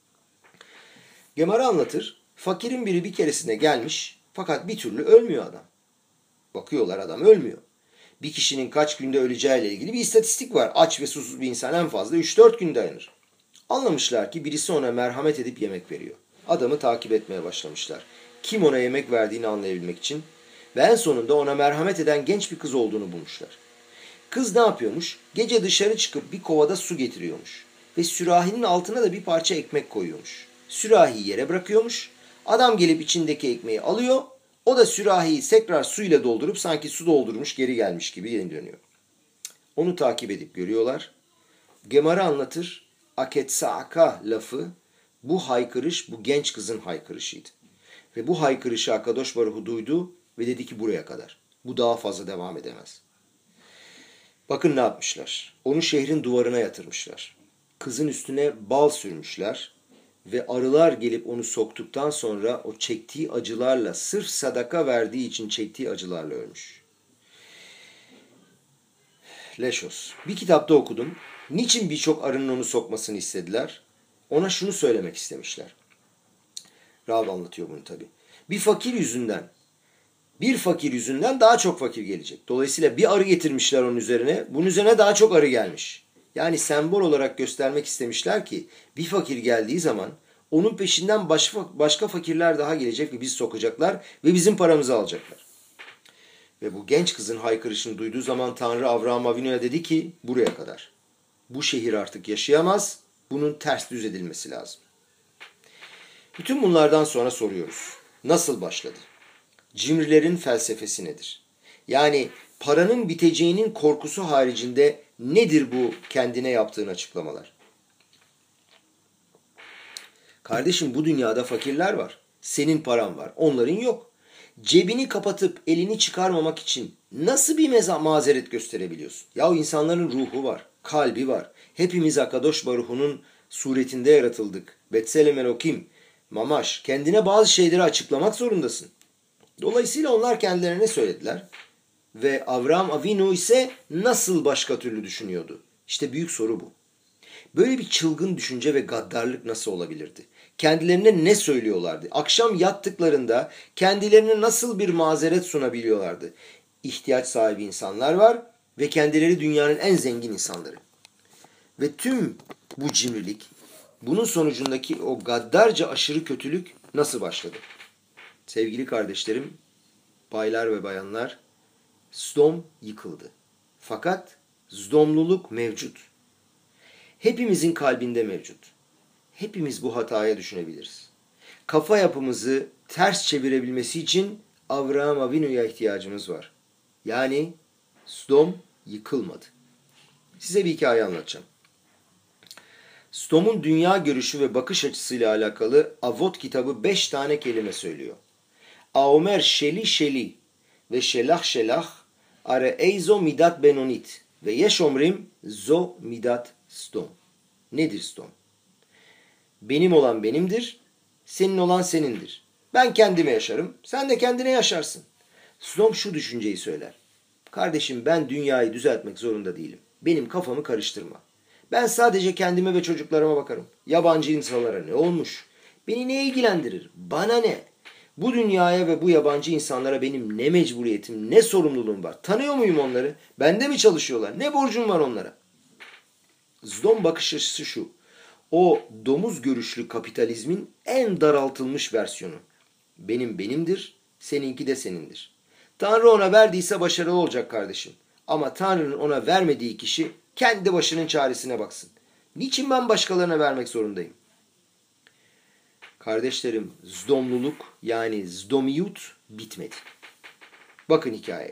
Gemara anlatır. Fakirin biri bir keresinde gelmiş fakat bir türlü ölmüyor adam. Bakıyorlar adam ölmüyor. Bir kişinin kaç günde öleceğiyle ilgili bir istatistik var. Aç ve susuz bir insan en fazla üç dört gün dayanır. Anlamışlar ki birisi ona merhamet edip yemek veriyor. Adamı takip etmeye başlamışlar. Kim ona yemek verdiğini anlayabilmek için ve en sonunda ona merhamet eden genç bir kız olduğunu bulmuşlar. Kız ne yapıyormuş? Gece dışarı çıkıp bir kovada su getiriyormuş. Ve sürahinin altına da bir parça ekmek koyuyormuş. Sürahiyi yere bırakıyormuş. Adam gelip içindeki ekmeği alıyor. O da sürahiyi tekrar suyla doldurup sanki su doldurmuş geri gelmiş gibi yeni dönüyor. Onu takip edip görüyorlar. Gemara anlatır. Aketsa'aka lafı bu haykırış bu genç kızın haykırışıydı. Ve bu haykırışı Akadosh Baruhu duydu ve dedi ki buraya kadar. Bu daha fazla devam edemez. Bakın ne yapmışlar. Onu şehrin duvarına yatırmışlar. Kızın üstüne bal sürmüşler. Ve arılar gelip onu soktuktan sonra o çektiği acılarla sırf sadaka verdiği için çektiği acılarla ölmüş. Leşos. Bir kitapta okudum. Niçin birçok arının onu sokmasını istediler? Ona şunu söylemek istemişler. Rav anlatıyor bunu tabii. Bir fakir yüzünden, bir fakir yüzünden daha çok fakir gelecek. Dolayısıyla bir arı getirmişler onun üzerine. Bunun üzerine daha çok arı gelmiş. Yani sembol olarak göstermek istemişler ki bir fakir geldiği zaman onun peşinden başka, başka fakirler daha gelecek ve bizi sokacaklar ve bizim paramızı alacaklar. Ve bu genç kızın haykırışını duyduğu zaman Tanrı Avraham Avinu'ya dedi ki buraya kadar. Bu şehir artık yaşayamaz. Bunun ters düz edilmesi lazım. Bütün bunlardan sonra soruyoruz. Nasıl başladı? Cimrilerin felsefesi nedir? Yani paranın biteceğinin korkusu haricinde nedir bu kendine yaptığın açıklamalar? Kardeşim bu dünyada fakirler var. Senin paran var. Onların yok. Cebini kapatıp elini çıkarmamak için nasıl bir meza mazeret gösterebiliyorsun? Ya insanların ruhu var. Kalbi var. Hepimiz Akadosh Baruhu'nun suretinde yaratıldık. Betselem Elokim. Mamaş. Kendine bazı şeyleri açıklamak zorundasın. Dolayısıyla onlar kendilerine söylediler. Ve Avraham Avinu ise nasıl başka türlü düşünüyordu? İşte büyük soru bu. Böyle bir çılgın düşünce ve gaddarlık nasıl olabilirdi? Kendilerine ne söylüyorlardı? Akşam yattıklarında kendilerine nasıl bir mazeret sunabiliyorlardı? İhtiyaç sahibi insanlar var ve kendileri dünyanın en zengin insanları. Ve tüm bu cimrilik, bunun sonucundaki o gaddarca aşırı kötülük nasıl başladı? Sevgili kardeşlerim, baylar ve bayanlar, Zdom yıkıldı. Fakat Zdomluluk mevcut. Hepimizin kalbinde mevcut. Hepimiz bu hataya düşünebiliriz. Kafa yapımızı ters çevirebilmesi için Avraham Avinu'ya ihtiyacımız var. Yani Zdom yıkılmadı. Size bir hikaye anlatacağım. Zdom'un dünya görüşü ve bakış açısıyla alakalı Avot kitabı beş tane kelime söylüyor. Aomer şeli şeli ve şelah şelah are eyzo midat benonit ve yeş omrim zo midat Zdom. Nedir Zdom? Benim olan benimdir, senin olan senindir. Ben kendime yaşarım, sen de kendine yaşarsın. Snom şu düşünceyi söyler. Kardeşim ben dünyayı düzeltmek zorunda değilim. Benim kafamı karıştırma. Ben sadece kendime ve çocuklarıma bakarım. Yabancı insanlara ne olmuş? Beni ne ilgilendirir? Bana ne? Bu dünyaya ve bu yabancı insanlara benim ne mecburiyetim, ne sorumluluğum var? Tanıyor muyum onları? Bende mi çalışıyorlar? Ne borcum var onlara? Zdom bakış açısı şu. O domuz görüşlü kapitalizmin en daraltılmış versiyonu. Benim benimdir, seninki de senindir. Tanrı ona verdiyse başarılı olacak kardeşim. Ama Tanrı'nın ona vermediği kişi kendi başının çaresine baksın. Niçin ben başkalarına vermek zorundayım? Kardeşlerim, zdomluluk yani zdomiyut bitmedi. Bakın hikaye.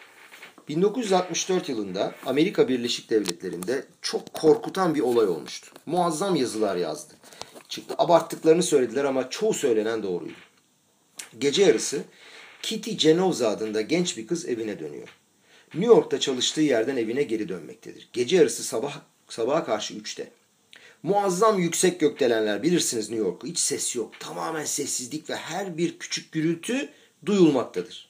bin dokuz yüz altmış dört yılında Amerika Birleşik Devletleri'nde çok korkutan bir olay olmuştu. Muazzam yazılar yazdı. Çıktı, abarttıklarını söylediler ama çoğu söylenen doğruydu. Gece yarısı Kitty Genovese adında genç bir kız evine dönüyor. New York'ta çalıştığı yerden evine geri dönmektedir. Gece yarısı sabah sabaha karşı üçte. Muazzam yüksek gökdelenler, bilirsiniz New York'u. Hiç ses yok. Tamamen sessizlik ve her bir küçük gürültü duyulmaktadır.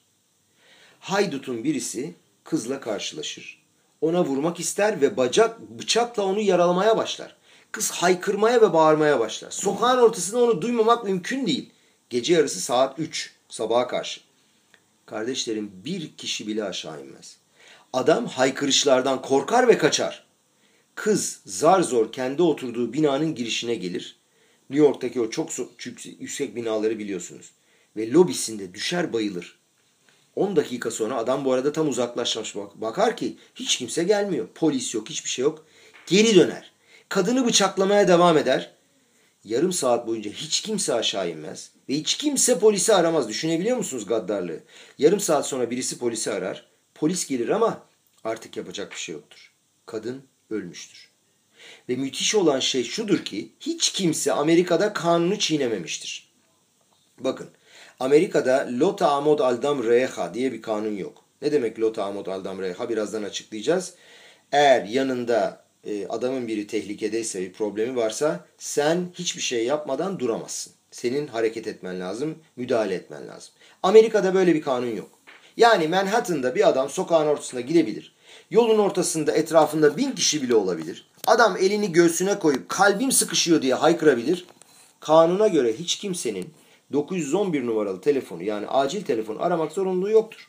Haydutun birisi kızla karşılaşır. Ona vurmak ister ve bacak bıçakla onu yaralamaya başlar. Kız haykırmaya ve bağırmaya başlar. Sokağın ortasında onu duymamak mümkün değil. Gece yarısı saat üç sabaha karşı. Kardeşlerim, bir kişi bile aşağı inmez. Adam haykırışlardan korkar ve kaçar. Kız zar zor kendi oturduğu binanın girişine gelir. New York'taki o çok yüksek binaları biliyorsunuz. Ve lobisinde düşer bayılır. on dakika sonra adam bu arada tam uzaklaşmış. Bakar ki hiç kimse gelmiyor. Polis yok, hiçbir şey yok. Geri döner. Kadını bıçaklamaya devam eder. Yarım saat boyunca hiç kimse aşağı inmez. Ve hiç kimse polisi aramaz. Düşünebiliyor musunuz gaddarlığı? Yarım saat sonra birisi polisi arar. Polis gelir ama artık yapacak bir şey yoktur. Kadın ölmüştür. Ve müthiş olan şey şudur ki hiç kimse Amerika'da kanunu çiğnememiştir. Bakın, Amerika'da Lota Amod Aldam Reha diye bir kanun yok. Ne demek Lota Amod Aldam Reha? Birazdan açıklayacağız. Eğer yanında e, adamın biri tehlikedeyse, bir problemi varsa sen hiçbir şey yapmadan duramazsın. Senin hareket etmen lazım, müdahale etmen lazım. Amerika'da böyle bir kanun yok. Yani Manhattan'da bir adam sokağın ortasına gidebilir. Yolun ortasında etrafında bin kişi bile olabilir. Adam elini göğsüne koyup kalbim sıkışıyor diye haykırabilir. Kanuna göre hiç kimsenin dokuz yüz on bir numaralı telefonu, yani acil telefonu aramak zorunluluğu yoktur.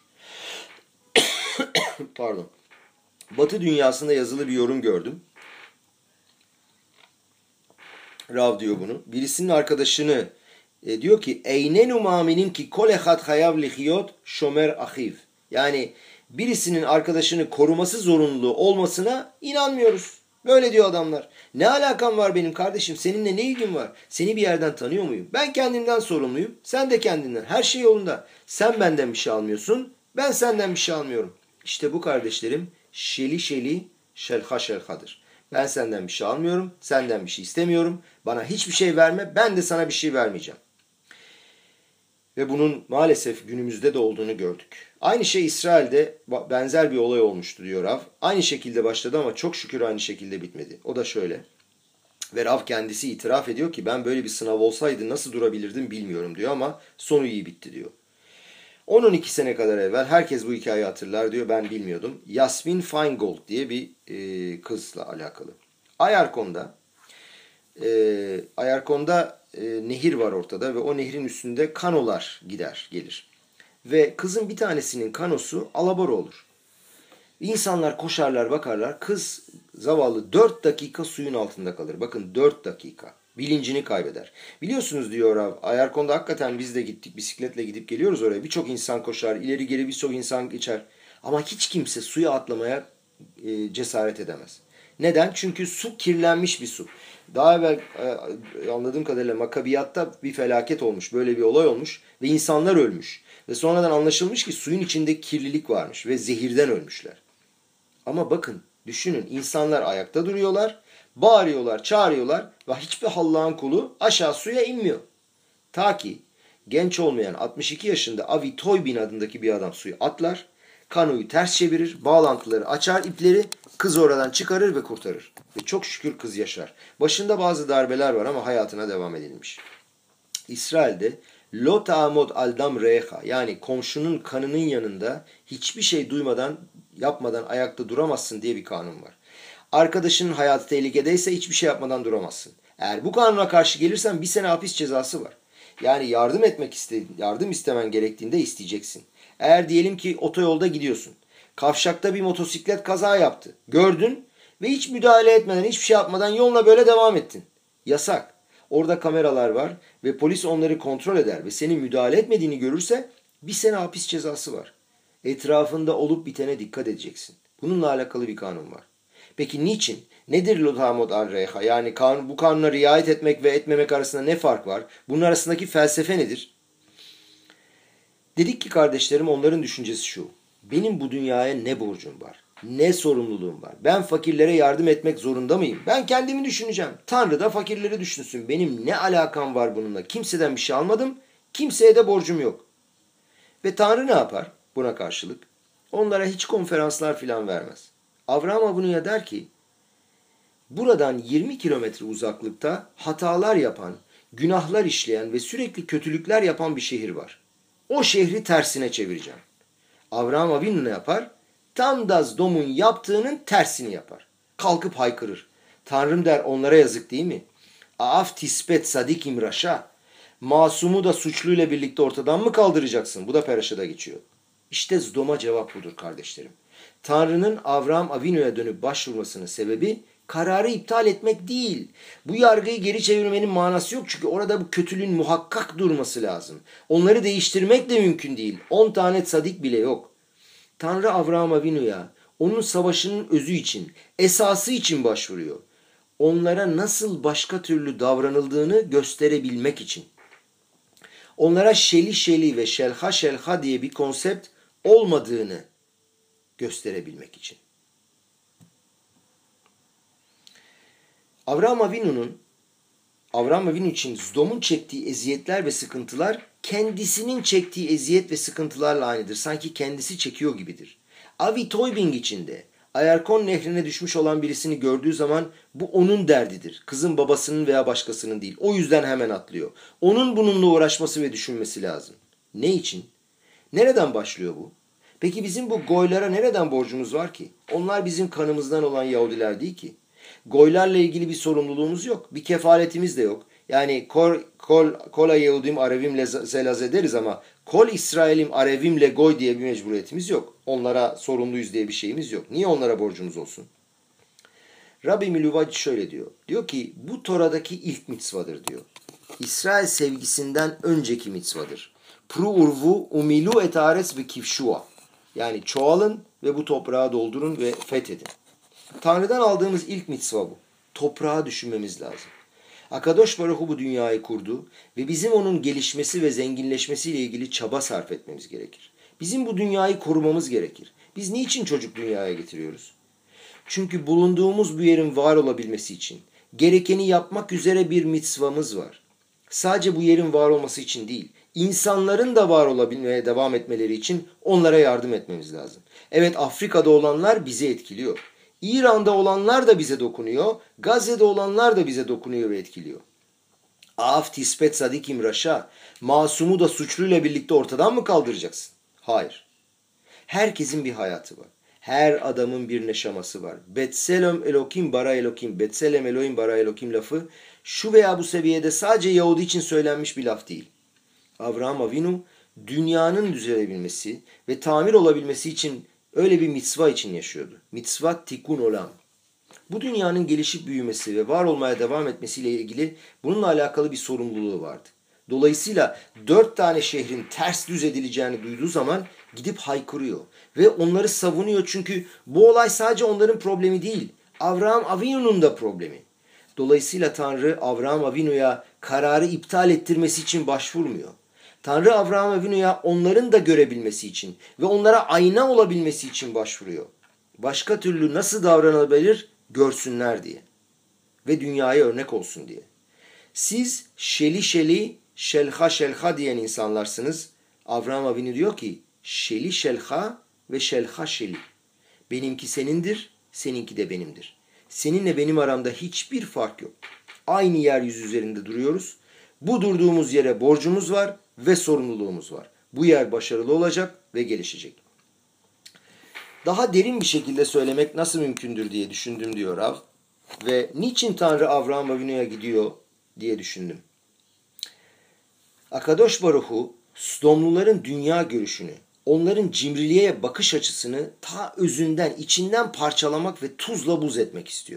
Pardon. Batı dünyasında yazılı bir yorum gördüm. Rav diyor bunu. Birisinin arkadaşını e, diyor ki Eynenu ma'minin ki kol ehad hayav lihiyot şomer ahiv. Yani birisinin arkadaşını koruması zorunluluğu olmasına inanmıyoruz. Böyle diyor adamlar. Ne alakam var benim kardeşim? Seninle ne ilgin var? Seni bir yerden tanıyor muyum? Ben kendimden sorumluyum. Sen de kendinden. Her şey yolunda. Sen benden bir şey almıyorsun. Ben senden bir şey almıyorum. İşte bu kardeşlerim şeli şeli şelha şelhadır. Ben senden bir şey almıyorum. Senden bir şey istemiyorum. Bana hiçbir şey verme. Ben de sana bir şey vermeyeceğim. Ve bunun maalesef günümüzde de olduğunu gördük. Aynı şey İsrail'de benzer bir olay olmuştu diyor Rav. Aynı şekilde başladı ama çok şükür aynı şekilde bitmedi. O da şöyle. Ve Rav kendisi itiraf ediyor ki ben böyle bir sınav olsaydı nasıl durabilirdim bilmiyorum diyor ama sonu iyi bitti diyor. on on iki sene kadar evvel herkes bu hikayeyi hatırlar diyor, ben bilmiyordum. Yasmin Feingold diye bir e, kızla alakalı. Ayarkon'da e, Ayarkon'da e, nehir var ortada ve o nehrin üstünde kanolar gider gelir. Ve kızın bir tanesinin kanosu alabora olur. İnsanlar koşarlar bakarlar, kız zavallı dört dakika suyun altında kalır. Bakın dört dakika. Bilincini kaybeder. Biliyorsunuz diyor abi, Ayarkon'da hakikaten biz de gittik, bisikletle gidip geliyoruz oraya. Birçok insan koşar, ileri geri birçok insan geçer. Ama hiç kimse suya atlamaya e, cesaret edemez. Neden? Çünkü su kirlenmiş bir su. Daha evvel e, anladığım kadarıyla Makabiyatta bir felaket olmuş, böyle bir olay olmuş ve insanlar ölmüş. Ve sonradan anlaşılmış ki suyun içinde kirlilik varmış ve zehirden ölmüşler. Ama bakın, düşünün, insanlar ayakta duruyorlar, bağırıyorlar, çağırıyorlar ve hiçbir Allah'ın kulu aşağı suya inmiyor. Ta ki genç olmayan altmış iki yaşında Avi Toybin adındaki bir adam suya atlar. Kanoyu ters çevirir, bağlantıları açar, ipleri, kız oradan çıkarır ve kurtarır. Ve çok şükür kız yaşar. Başında bazı darbeler var ama hayatına devam edilmiş. İsrail'de lo ta'amod al dam reha, yani komşunun kanının yanında hiçbir şey duymadan, yapmadan ayakta duramazsın diye bir kanun var. Arkadaşının hayatı tehlikedeyse hiçbir şey yapmadan duramazsın. Eğer bu kanuna karşı gelirsen bir sene hapis cezası var. Yani yardım etmek iste, yardım istemen gerektiğinde isteyeceksin. Eğer diyelim ki otoyolda gidiyorsun. Kavşakta bir motosiklet kaza yaptı. Gördün ve hiç müdahale etmeden, hiçbir şey yapmadan yoluna böyle devam ettin. Yasak. Orada kameralar var ve polis onları kontrol eder ve senin müdahale etmediğini görürse bir sene hapis cezası var. Etrafında olup bitene dikkat edeceksin. Bununla alakalı bir kanun var. Peki niçin? Nedir lotamot al-reha? Yani kanun, bu kanuna riayet etmek ve etmemek arasında ne fark var? Bunun arasındaki felsefe nedir? Dedik ki kardeşlerim, onların düşüncesi şu. Benim bu dünyaya ne borcum var? Ne sorumluluğum var? Ben fakirlere yardım etmek zorunda mıyım? Ben kendimi düşüneceğim. Tanrı da fakirleri düşünsün. Benim ne alakam var bununla? Kimseden bir şey almadım. Kimseye de borcum yok. Ve Tanrı ne yapar buna karşılık? Onlara hiç konferanslar filan vermez. Avraham Avinu'ya der ki, buradan yirmi kilometre uzaklıkta hatalar yapan, günahlar işleyen ve sürekli kötülükler yapan bir şehir var. O şehri tersine çevireceğim. Avraham Avinu ne yapar? Tam da Zdom'un yaptığının tersini yapar. Kalkıp haykırır. Tanrım der, onlara yazık değil mi? Aaf tispet sadikim raşa. Masumu da suçluyla birlikte ortadan mı kaldıracaksın? Bu da Peraşa'da geçiyor. İşte Zdom'a cevap budur kardeşlerim. Tanrı'nın Avraham Avinu'ya dönüp başvurmasının sebebi kararı iptal etmek değil. Bu yargıyı geri çevirmenin manası yok. Çünkü orada bu kötülüğün muhakkak durması lazım. Onları değiştirmek de mümkün değil. On tane sadik bile yok. Tanrı Avraham Avinu'ya onun savaşının özü için, esası için başvuruyor. Onlara nasıl başka türlü davranıldığını gösterebilmek için. Onlara şeli şeli ve şelha şelha diye bir konsept olmadığını gösterebilmek için. Avraham Avinu'nun Avraham Avinu için Zdom'un çektiği eziyetler ve sıkıntılar kendisinin çektiği eziyet ve sıkıntılarla aynıdır. Sanki kendisi çekiyor gibidir. Avi Toybing için de Ayarkon nehrine düşmüş olan birisini gördüğü zaman bu onun derdidir. Kızın babasının veya başkasının değil. O yüzden hemen atlıyor. Onun bununla uğraşması ve düşünmesi lazım. Ne için? Nereden başlıyor bu? Peki bizim bu Goylara nereden borcumuz var ki? Onlar bizim kanımızdan olan Yahudiler değil ki. Goylarla ilgili bir sorumluluğumuz yok. Bir kefaletimiz de yok. Yani kol, kol, kola Yahudim Arevimle zelaz deriz ama kol İsrail'im Arevimle goy diye bir mecburiyetimiz yok. Onlara sorumluyuz diye bir şeyimiz yok. Niye onlara borcumuz olsun? Rabbi Miluvacı şöyle diyor. Diyor ki bu Tora'daki ilk mitzvadır diyor. İsrail sevgisinden önceki mitzvadır. Pru urvu umilu etares ve kivşua. Yani çoğalın ve bu toprağı doldurun ve fethedin. Tanrı'dan aldığımız ilk mitzva bu. Toprağı düşünmemiz lazım. Akadosh Baruch Hu bu dünyayı kurdu ve bizim onun gelişmesi ve zenginleşmesiyle ilgili çaba sarf etmemiz gerekir. Bizim bu dünyayı korumamız gerekir. Biz niçin çocuk dünyaya getiriyoruz? Çünkü bulunduğumuz bu yerin var olabilmesi için gerekeni yapmak üzere bir mitzvamız var. Sadece bu yerin var olması için değil, insanların da var olabilmeye devam etmeleri için onlara yardım etmemiz lazım. Evet, Afrika'da olanlar bizi etkiliyor. İran'da olanlar da bize dokunuyor. Gazze'de olanlar da bize dokunuyor ve etkiliyor. Af tispet sadikim raşa. Masumu da suçluyla birlikte ortadan mı kaldıracaksın? Hayır. Herkesin bir hayatı var. Her adamın bir neşaması var. Betselem Elokim bara Elokim. Betselem Elohim bara Elokim lafı şu veya bu seviyede sadece Yahudi için söylenmiş bir laf değil. Avraham Avinu dünyanın düzelebilmesi ve tamir olabilmesi için öyle bir mitzva için yaşıyordu. Mitzvat tikun olam. Bu dünyanın gelişip büyümesi ve var olmaya devam etmesiyle ilgili bununla alakalı bir sorumluluğu vardı. Dolayısıyla dört tane şehrin ters düz edileceğini duyduğu zaman gidip haykırıyor. Ve onları savunuyor çünkü bu olay sadece onların problemi değil. Avraham Avinu'nun da problemi. Dolayısıyla Tanrı Avraham Avinu'ya kararı iptal ettirmesi için başvurmuyor. Tanrı Avraham Avinu'ya onların da görebilmesi için ve onlara ayna olabilmesi için başvuruyor. Başka türlü nasıl davranabilir görsünler diye. Ve dünyaya örnek olsun diye. Siz şeli şeli, şelha şelha diyen insanlarsınız. Avraham Avinu diyor ki şeli şelha ve şelha şeli. Benimki senindir, seninki de benimdir. Seninle benim aramda hiçbir fark yok. Aynı yeryüzü üzerinde duruyoruz. Bu durduğumuz yere borcumuz var ve sorumluluğumuz var. Bu yer başarılı olacak ve gelişecek. Daha derin bir şekilde söylemek nasıl mümkündür diye düşündüm diyor Rav. Ve niçin Tanrı Avraham Avinu'ya gidiyor diye düşündüm. Akadosh Baruhu, Sdomluların dünya görüşünü, onların cimriliğe bakış açısını ta özünden, içinden parçalamak ve tuzla buz etmek istiyor.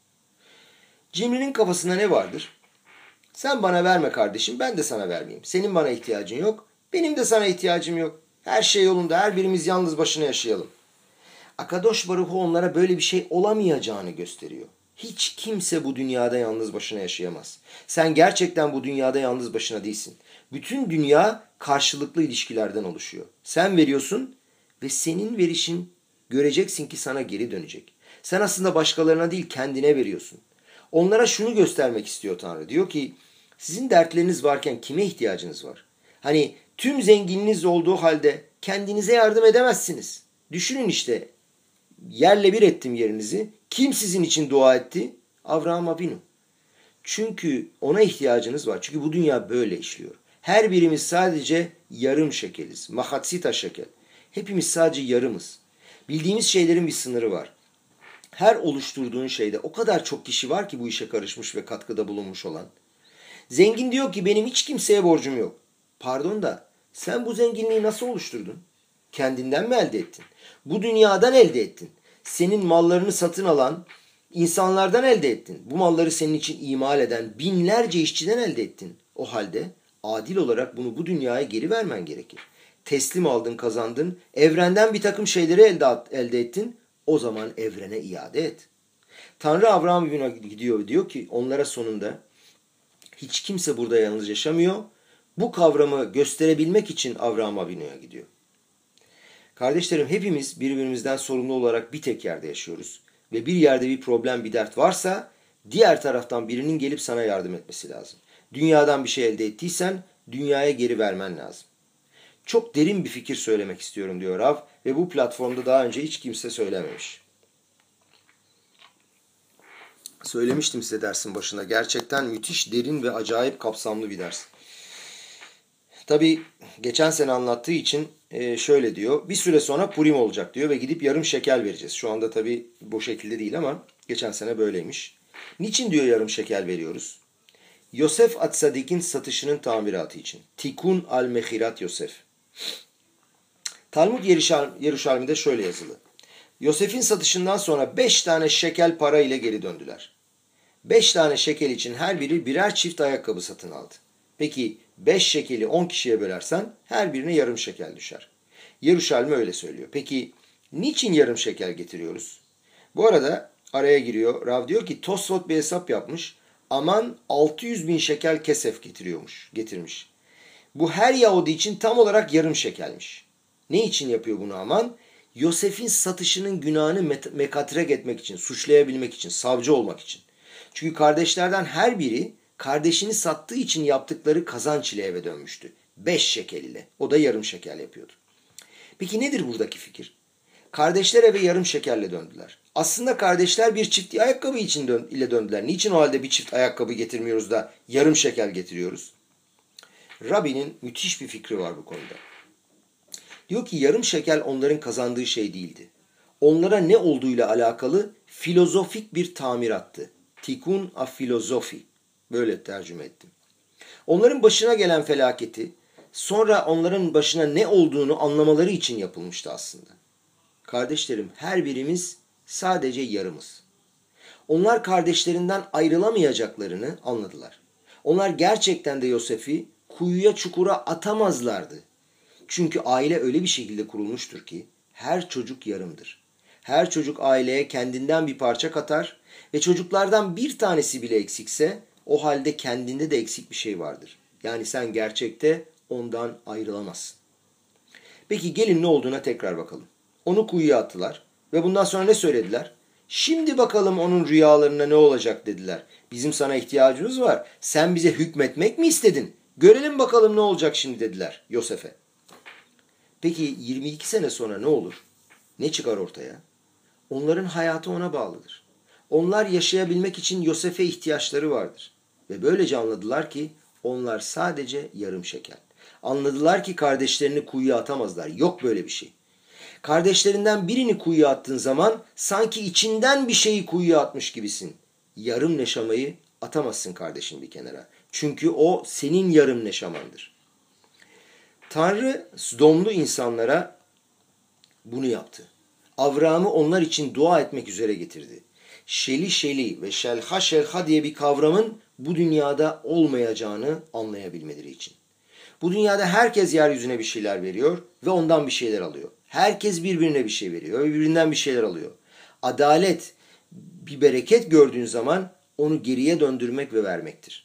Cimrinin kafasında ne vardır? Sen bana verme kardeşim, ben de sana vermeyeyim. Senin bana ihtiyacın yok, benim de sana ihtiyacım yok. Her şey yolunda, her birimiz yalnız başına yaşayalım. Akadosh Baruhu onlara böyle bir şey olamayacağını gösteriyor. Hiç kimse bu dünyada yalnız başına yaşayamaz. Sen gerçekten bu dünyada yalnız başına değilsin. Bütün dünya karşılıklı ilişkilerden oluşuyor. Sen veriyorsun ve senin verişin göreceksin ki sana geri dönecek. Sen aslında başkalarına değil kendine veriyorsun. Onlara şunu göstermek istiyor Tanrı. Diyor ki sizin dertleriniz varken kime ihtiyacınız var? Hani tüm zenginliğiniz olduğu halde kendinize yardım edemezsiniz. Düşünün işte yerle bir ettim yerinizi. Kim sizin için dua etti? Avraham Avinu. Çünkü ona ihtiyacınız var. Çünkü bu dünya böyle işliyor. Her birimiz sadece yarım şekeliz. Mahatsita şekel. Hepimiz sadece yarımız. Bildiğimiz şeylerin bir sınırı var. Her oluşturduğun şeyde o kadar çok kişi var ki bu işe karışmış ve katkıda bulunmuş olan. Zengin diyor ki benim hiç kimseye borcum yok. Pardon da sen bu zenginliği nasıl oluşturdun? Kendinden mi elde ettin? Bu dünyadan elde ettin. Senin mallarını satın alan insanlardan elde ettin. Bu malları senin için imal eden binlerce işçiden elde ettin. O halde adil olarak bunu bu dünyaya geri vermen gerekir. Teslim aldın, kazandın. Evrenden bir takım şeyleri elde, elde ettin. O zaman evrene iade et. Tanrı Avraham Avinu'ya gidiyor diyor ki onlara sonunda hiç kimse burada yalnız yaşamıyor. Bu kavramı gösterebilmek için Avraham Avinu'ya gidiyor. Kardeşlerim hepimiz birbirimizden sorumlu olarak bir tek yerde yaşıyoruz. Ve bir yerde bir problem, bir dert varsa diğer taraftan birinin gelip sana yardım etmesi lazım. Dünyadan bir şey elde ettiysen dünyaya geri vermen lazım. Çok derin bir fikir söylemek istiyorum diyor Rav ve bu platformda daha önce hiç kimse söylememiş. Söylemiştim size dersin başında. Gerçekten müthiş, derin ve acayip kapsamlı bir ders. Tabii geçen sene anlattığı için şöyle diyor. Bir süre sonra Purim olacak diyor ve gidip yarım şekel vereceğiz. Şu anda tabii bu şekilde değil ama geçen sene böyleymiş. Niçin diyor yarım şekel veriyoruz? Yosef Atsadik'in satışının tamiratı için. Tikun al-Mehirat Yosef. Talmud Yeruşalim'de şöyle yazılı. Yosef'in satışından sonra beş tane şekel para ile geri döndüler. Beş tane şekel için her biri birer çift ayakkabı satın aldı. Peki beş şekeli on kişiye bölersen her birine yarım şekel düşer. Yeruşalim öyle söylüyor. Peki niçin yarım şekel getiriyoruz? Bu arada araya giriyor. Rav diyor ki Tosfot bir hesap yapmış. Aman altı yüz bin şekel kesef getiriyormuş, getirmiş. Bu her Yahudi için tam olarak yarım şekelmiş. Ne için yapıyor bunu Aman? Yosef'in satışının günahını mekatrek etmek için, suçlayabilmek için, savcı olmak için. Çünkü kardeşlerden her biri kardeşini sattığı için yaptıkları kazanç ile eve dönmüştü. Beş şekel ile. O da yarım şekel yapıyordu. Peki nedir buradaki fikir? Kardeşler eve yarım şekerle döndüler. Aslında kardeşler bir çift ayakkabı için dön ile döndüler. Niçin o halde bir çift ayakkabı getirmiyoruz da yarım şeker getiriyoruz? Rabbi'nin müthiş bir fikri var bu konuda. Diyor ki yarım şekel onların kazandığı şey değildi. Onlara ne olduğuyla alakalı filozofik bir tamirattı. Tikun a filozofi. Böyle tercüme ettim. Onların başına gelen felaketi sonra onların başına ne olduğunu anlamaları için yapılmıştı aslında. Kardeşlerim her birimiz sadece yarımız. Onlar kardeşlerinden ayrılamayacaklarını anladılar. Onlar gerçekten de Yosef'i kuyuya çukura atamazlardı. Çünkü aile öyle bir şekilde kurulmuştur ki her çocuk yarımdır. Her çocuk aileye kendinden bir parça katar ve çocuklardan bir tanesi bile eksikse o halde kendinde de eksik bir şey vardır. Yani sen gerçekte ondan ayrılamazsın. Peki gelin ne olduğuna tekrar bakalım. Onu kuyuya attılar ve bundan sonra ne söylediler? Şimdi bakalım onun rüyalarına ne olacak dediler. Bizim sana ihtiyacımız var. Sen bize hükmetmek mi istedin? Görelim bakalım ne olacak şimdi dediler Yosef'e. Peki yirmi iki sene sonra ne olur? Ne çıkar ortaya? Onların hayatı ona bağlıdır. Onlar yaşayabilmek için Yosef'e ihtiyaçları vardır. Ve böylece anladılar ki onlar sadece yarım şeker. Anladılar ki kardeşlerini kuyuya atamazlar. Yok böyle bir şey. Kardeşlerinden birini kuyuya attığın zaman sanki içinden bir şeyi kuyuya atmış gibisin. Yarım neşamayı atamazsın kardeşin bir kenara. Çünkü o senin yarım neşamandır. Tanrı Sodomlu insanlara bunu yaptı. Avram'ı onlar için dua etmek üzere getirdi. Şeli şeli ve şelha şelha diye bir kavramın bu dünyada olmayacağını anlayabilmeleri için. Bu dünyada herkes yeryüzüne bir şeyler veriyor ve ondan bir şeyler alıyor. Herkes birbirine bir şey veriyor ve birbirinden bir şeyler alıyor. Adalet, bir bereket gördüğün zaman onu geriye döndürmek ve vermektir.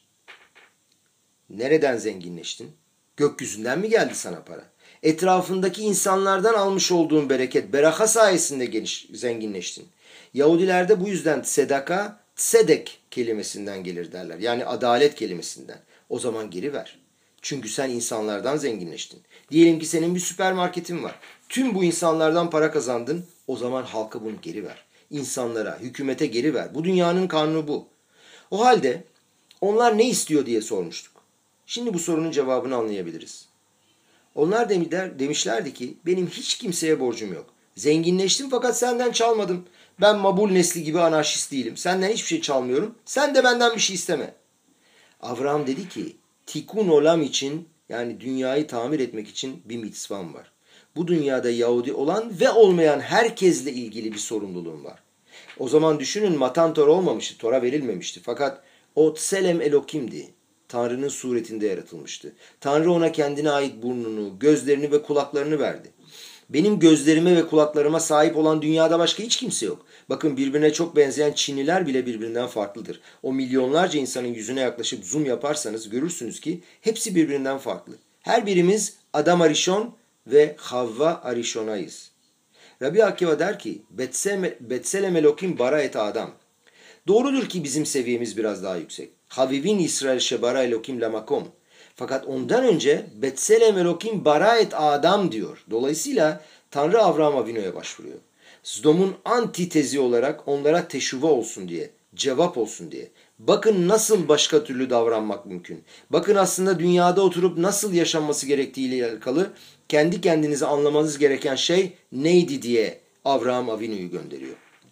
Nereden zenginleştin? Gökyüzünden mi geldi sana para? Etrafındaki insanlardan almış olduğun bereket, beraka sayesinde geniş, zenginleştin. Yahudilerde bu yüzden sedaka, tsedek kelimesinden gelir derler. Yani adalet kelimesinden. O zaman geri ver. Çünkü sen insanlardan zenginleştin. Diyelim ki senin bir süpermarketin var. Tüm bu insanlardan para kazandın. O zaman halka bunu geri ver. İnsanlara, hükümete geri ver. Bu dünyanın kanunu bu. O halde onlar ne istiyor diye sormuştuk. Şimdi bu sorunun cevabını anlayabiliriz. Onlar demişler, demişlerdi ki benim hiç kimseye borcum yok. Zenginleştim fakat senden çalmadım. Ben Mabul nesli gibi anarşist değilim. Senden hiçbir şey çalmıyorum. Sen de benden bir şey isteme. Avraham dedi ki tikun olam için, yani dünyayı tamir etmek için bir mitzvam var. Bu dünyada Yahudi olan ve olmayan herkesle ilgili bir sorumluluğum var. O zaman düşünün, Matan Tora olmamıştı, Tora verilmemişti. Fakat o Tselem Elokim'di. Tanrı'nın suretinde yaratılmıştı. Tanrı ona kendine ait burnunu, gözlerini ve kulaklarını verdi. Benim gözlerime ve kulaklarıma sahip olan dünyada başka hiç kimse yok. Bakın, birbirine çok benzeyen Çinliler bile birbirinden farklıdır. O milyonlarca insanın yüzüne yaklaşıp zoom yaparsanız görürsünüz ki hepsi birbirinden farklı. Her birimiz Adam Arishon ve Havva Arishona'yız. Rabbi Akiva der ki Betselem Elokim bara et Adam. Doğrudur ki bizim seviyemiz biraz daha yüksek. Havivin İsrail şebara Elokim lamakom. Fakat ondan önce Betselem Elokim bara et Adam diyor. Dolayısıyla Tanrı Avraham Avinu'ya başvuruyor. Sodom'un antitezi olarak onlara teşuva olsun diye, cevap olsun diye. Bakın nasıl başka türlü davranmak mümkün. Bakın aslında dünyada oturup nasıl yaşanması gerektiğiyle alakalı kendi kendinize anlamanız gereken şey neydi diye Avraham Avinu'yu gönderiyor.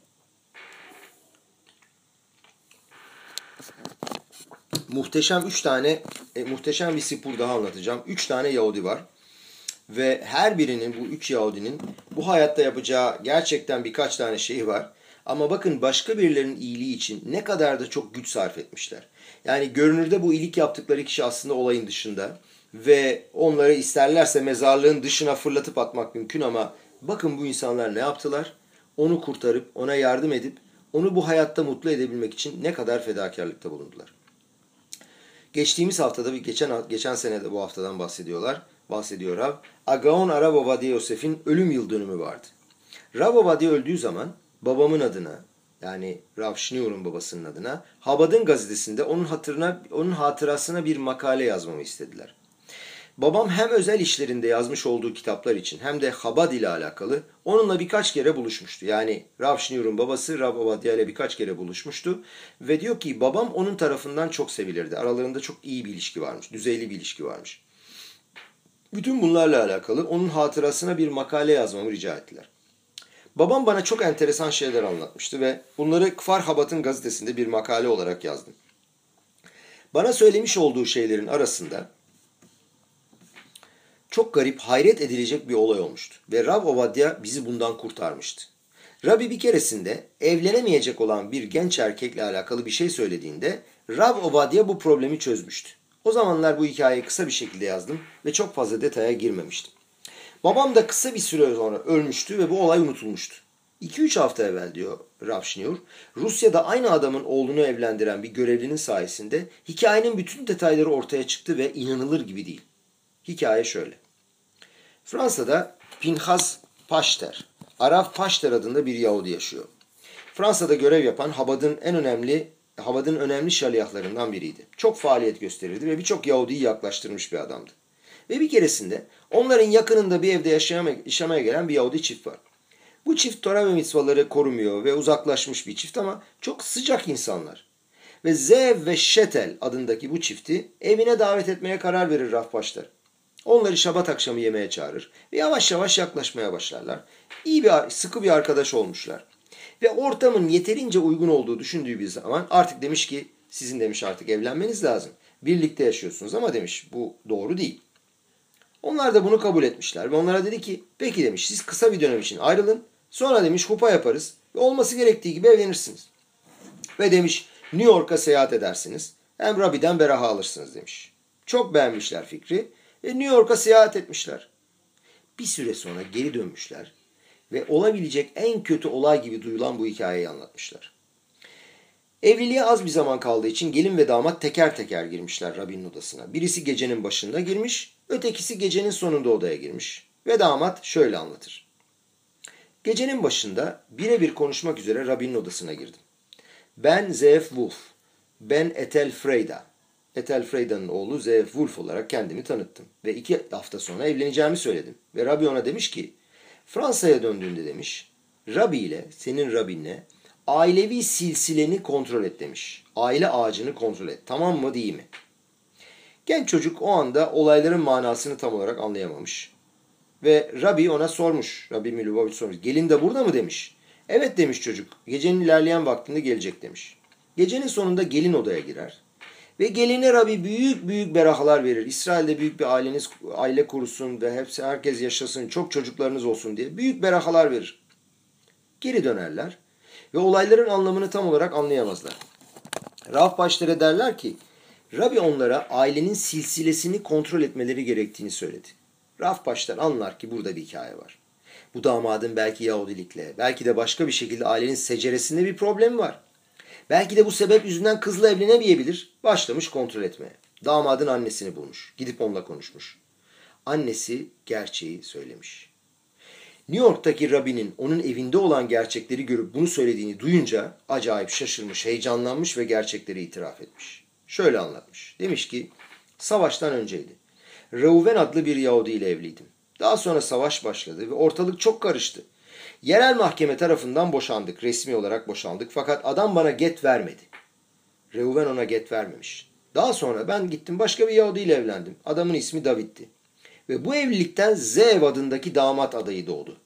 Muhteşem üç tane, e, muhteşem bir sipur daha anlatacağım. Üç tane Yahudi var. Ve her birinin, bu üç Yahudinin bu hayatta yapacağı gerçekten birkaç tane şeyi var. Ama bakın başka birilerinin iyiliği için ne kadar da çok güç sarf etmişler. Yani görünürde bu iyilik yaptıkları kişi aslında olayın dışında. Ve onları isterlerse mezarlığın dışına fırlatıp atmak mümkün ama bakın bu insanlar ne yaptılar? Onu kurtarıp, ona yardım edip, onu bu hayatta mutlu edebilmek için ne kadar fedakarlıkta bulundular. Geçtiğimiz haftada, geçen geçen sene de bu haftadan bahsediyorlar. Bahsediyor Rav. Agaon Rav Ovadia Yosef'in ölüm yıl dönümü vardı. Rav Ovadia öldüğü zaman babamın adına, yani Rav Schneer'un babasının adına Habad'ın gazetesinde onun hatırına, onun hatırasına bir makale yazmamı istediler. Babam hem özel işlerinde yazmış olduğu kitaplar için hem de Habad ile alakalı onunla birkaç kere buluşmuştu. Yani Rav Schneer'un babası Rav Ovadia ile birkaç kere buluşmuştu. Ve diyor ki babam onun tarafından çok sevilirdi. Aralarında çok iyi bir ilişki varmış, düzeyli bir ilişki varmış. Bütün bunlarla alakalı onun hatırasına bir makale yazmamı rica ettiler. Babam bana çok enteresan şeyler anlatmıştı ve bunları Kfar Habat'ın gazetesinde bir makale olarak yazdım. Bana söylemiş olduğu şeylerin arasında çok garip, hayret edilecek bir olay olmuştu. Ve Rav Ovadia bizi bundan kurtarmıştı. Rabbi bir keresinde evlenemeyecek olan bir genç erkekle alakalı bir şey söylediğinde Rav Ovadia bu problemi çözmüştü. O zamanlar bu hikayeyi kısa bir şekilde yazdım ve çok fazla detaya girmemiştim. Babam da kısa bir süre sonra ölmüştü ve bu olay unutulmuştu. iki üç hafta evvel diyor Rav Schneer, Rusya'da aynı adamın oğlunu evlendiren bir görevlinin sayesinde hikayenin bütün detayları ortaya çıktı ve inanılır gibi değil. Hikaye şöyle. Fransa'da Pinchas Pachter, Araf Pachter adında bir Yahudi yaşıyor. Fransa'da görev yapan Habad'ın en önemli Habad'ın önemli şaliyahlarından biriydi. Çok faaliyet gösterirdi ve birçok Yahudi'yi yaklaştırmış bir adamdı. Ve bir keresinde onların yakınında bir evde yaşamaya, yaşamaya gelen bir Yahudi çift var. Bu çift Tora ve mitzvaları korumuyor ve uzaklaşmış bir çift ama çok sıcak insanlar. Ve Zev ve Şetel adındaki bu çifti evine davet etmeye karar verir Rahpaşlar. Onları Şabat akşamı yemeğe çağırır ve yavaş yavaş yaklaşmaya başlarlar. İyi bir, sıkı bir arkadaş olmuşlar. Ve ortamın yeterince uygun olduğu düşündüğü bir zaman artık demiş ki sizin demiş artık evlenmeniz lazım. Birlikte yaşıyorsunuz ama demiş bu doğru değil. Onlar da bunu kabul etmişler ve onlara dedi ki peki demiş siz kısa bir dönem için ayrılın. Sonra demiş hupa yaparız ve olması gerektiği gibi evlenirsiniz. Ve demiş New York'a seyahat edersiniz. Hem Rabbi'den beraha alırsınız demiş. Çok beğenmişler fikri ve New York'a seyahat etmişler. Bir süre sonra geri dönmüşler ve olabilecek en kötü olay gibi duyulan bu hikayeyi anlatmışlar. Evliliğe az bir zaman kaldığı için gelin ve damat teker teker girmişler Rabbi'nin odasına. Birisi gecenin başında girmiş, ötekisi gecenin sonunda odaya girmiş. Ve damat şöyle anlatır. Gecenin başında birebir konuşmak üzere Rabbi'nin odasına girdim. Ben Zeev Wolf, ben Ethel Freyda. Ethel Freyda'nın oğlu Zeev Wolf olarak kendimi tanıttım. Ve iki hafta sonra evleneceğimi söyledim. Ve Rabbi ona demiş ki, Fransa'ya döndüğünde demiş, Rabbi ile, senin Rabbinle, ailevi silsileni kontrol et demiş. Aile ağacını kontrol et. Tamam mı değil mi? Genç çocuk o anda olayların manasını tam olarak anlayamamış. Ve Rabbi ona sormuş. Rabbi Milubavitch sormuş. Gelin de burada mı demiş. Evet demiş çocuk. Gecenin ilerleyen vaktinde gelecek demiş. Gecenin sonunda gelin odaya girer. Ve geline Rabbi büyük büyük berahalar verir. İsrail'de büyük bir aileniz, aile kurusun ve hepsi herkes yaşasın, çok çocuklarınız olsun diye büyük berahalar verir. Geri dönerler ve olayların anlamını tam olarak anlayamazlar. Rahpaşlara derler ki, Rabbi onlara ailenin silsilesini kontrol etmeleri gerektiğini söyledi. Rahpaşlar anlar ki burada bir hikaye var. Bu damadın belki Yahudilikle, belki de başka bir şekilde ailenin seceresinde bir problemi var. Belki de bu sebep yüzünden kızla evlenemeyebilir. Başlamış kontrol etmeye. Damadın annesini bulmuş. Gidip onunla konuşmuş. Annesi gerçeği söylemiş. New York'taki Rabbi'nin onun evinde olan gerçekleri görüp bunu söylediğini duyunca acayip şaşırmış, heyecanlanmış ve gerçekleri itiraf etmiş. Şöyle anlatmış. Demiş ki, savaştan önceydi. Reuven adlı bir Yahudi ile evliydim. Daha sonra savaş başladı ve ortalık çok karıştı. Yerel mahkeme tarafından boşandık, resmi olarak boşandık fakat adam bana get vermedi. Reuven ona get vermemiş. Daha sonra ben gittim başka bir Yahudi ile evlendim. Adamın ismi David'ti. Ve bu evlilikten Zeev adındaki damat adayı doğdu.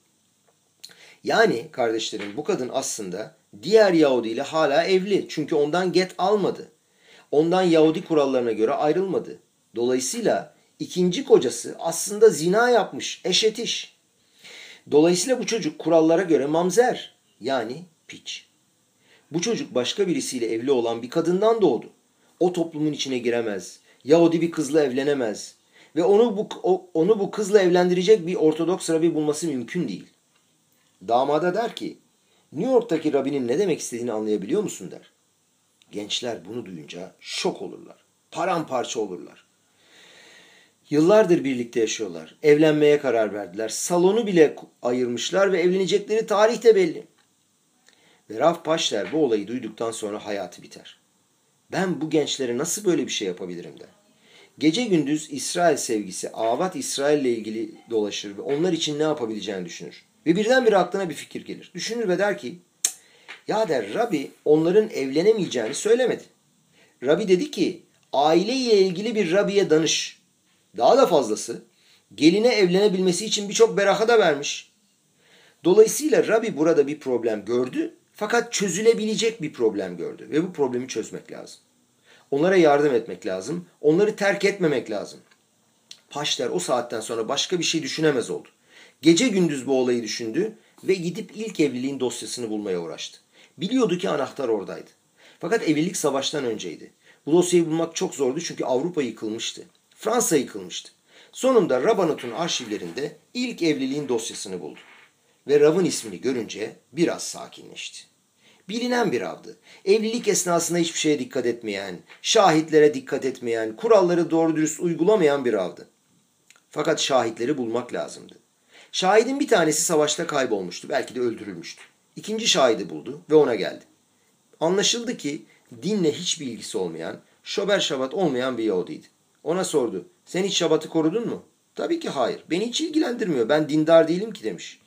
Yani kardeşlerim bu kadın aslında diğer Yahudi ile hala evli. Çünkü ondan get almadı. Ondan Yahudi kurallarına göre ayrılmadı. Dolayısıyla ikinci kocası aslında zina yapmış, eşetiş. Dolayısıyla bu çocuk kurallara göre mamzer, yani piç. Bu çocuk başka birisiyle evli olan bir kadından doğdu. O toplumun içine giremez. Yahudi bir kızla evlenemez. Ve onu bu, onu bu kızla evlendirecek bir Ortodoks Rabbi bulması mümkün değil. Damada der ki, New York'taki Rabbi'nin ne demek istediğini anlayabiliyor musun der. Gençler bunu duyunca şok olurlar. Paramparça olurlar. Yıllardır birlikte yaşıyorlar. Evlenmeye karar verdiler. Salonu bile ayırmışlar ve evlenecekleri tarih de belli. Ve Rav Paşler bu olayı duyduktan sonra hayatı biter. Ben bu gençlere nasıl böyle bir şey yapabilirim der. Gece gündüz İsrail sevgisi, avat İsrail ile ilgili dolaşır ve onlar için ne yapabileceğini düşünür. Ve birdenbire aklına bir fikir gelir. Düşünür ve der ki, ya der Rabbi onların evlenemeyeceğini söylemedi. Rabbi dedi ki, aile ile ilgili bir Rabbi'ye danış. Daha da fazlası, geline evlenebilmesi için birçok beraha da vermiş. Dolayısıyla Rabbi burada bir problem gördü fakat çözülebilecek bir problem gördü ve bu problemi çözmek lazım. Onlara yardım etmek lazım, onları terk etmemek lazım. Paşler o saatten sonra başka bir şey düşünemez oldu. Gece gündüz bu olayı düşündü ve gidip ilk evliliğin dosyasını bulmaya uğraştı. Biliyordu ki anahtar oradaydı. Fakat evlilik savaştan önceydi. Bu dosyayı bulmak çok zordu çünkü Avrupa yıkılmıştı. Fransa yıkılmıştı. Sonunda Rabanut'un arşivlerinde ilk evliliğin dosyasını buldu. Ve Rav'ın ismini görünce biraz sakinleşti. Bilinen bir avdı. Evlilik esnasında hiçbir şeye dikkat etmeyen, şahitlere dikkat etmeyen, kuralları doğru dürüst uygulamayan bir avdı. Fakat şahitleri bulmak lazımdı. Şahidin bir tanesi savaşta kaybolmuştu, belki de öldürülmüştü. İkinci şahidi buldu ve ona geldi. Anlaşıldı ki dinle hiçbir ilgisi olmayan, şober şabat olmayan bir Yahudiydi. Ona sordu, sen hiç şabatı korudun mu? Tabii ki hayır, beni hiç ilgilendirmiyor, ben dindar değilim ki demiş.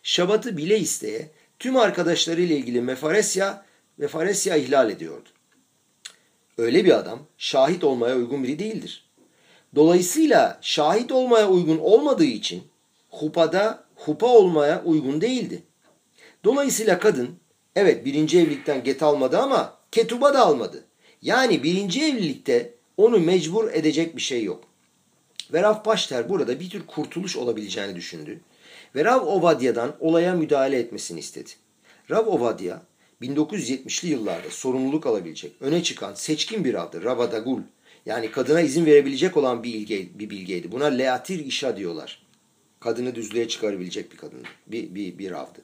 Şabat'ı bile isteye tüm arkadaşlarıyla ilgili mefaresya ve faresya ihlal ediyordu. Öyle bir adam şahit olmaya uygun biri değildir. Dolayısıyla şahit olmaya uygun olmadığı için hupada hupa olmaya uygun değildi. Dolayısıyla kadın evet birinci evlilikten get almadı ama ketuba da almadı. Yani birinci evlilikte onu mecbur edecek bir şey yok. Ve Rav Paşter burada bir tür kurtuluş olabileceğini düşündü. Ve Rav Ovadya'dan olaya müdahale etmesini istedi. Rav Ovadya bin dokuz yüz yetmişli yıllarda sorumluluk alabilecek, öne çıkan seçkin bir ravdır. Rav Adagul. Yani kadına izin verebilecek olan bir, ilge, bir bilgeydi. Buna leatir işa diyorlar. Kadını düzlüğe çıkarabilecek bir kadındı. Bir, bir, bir ravdı.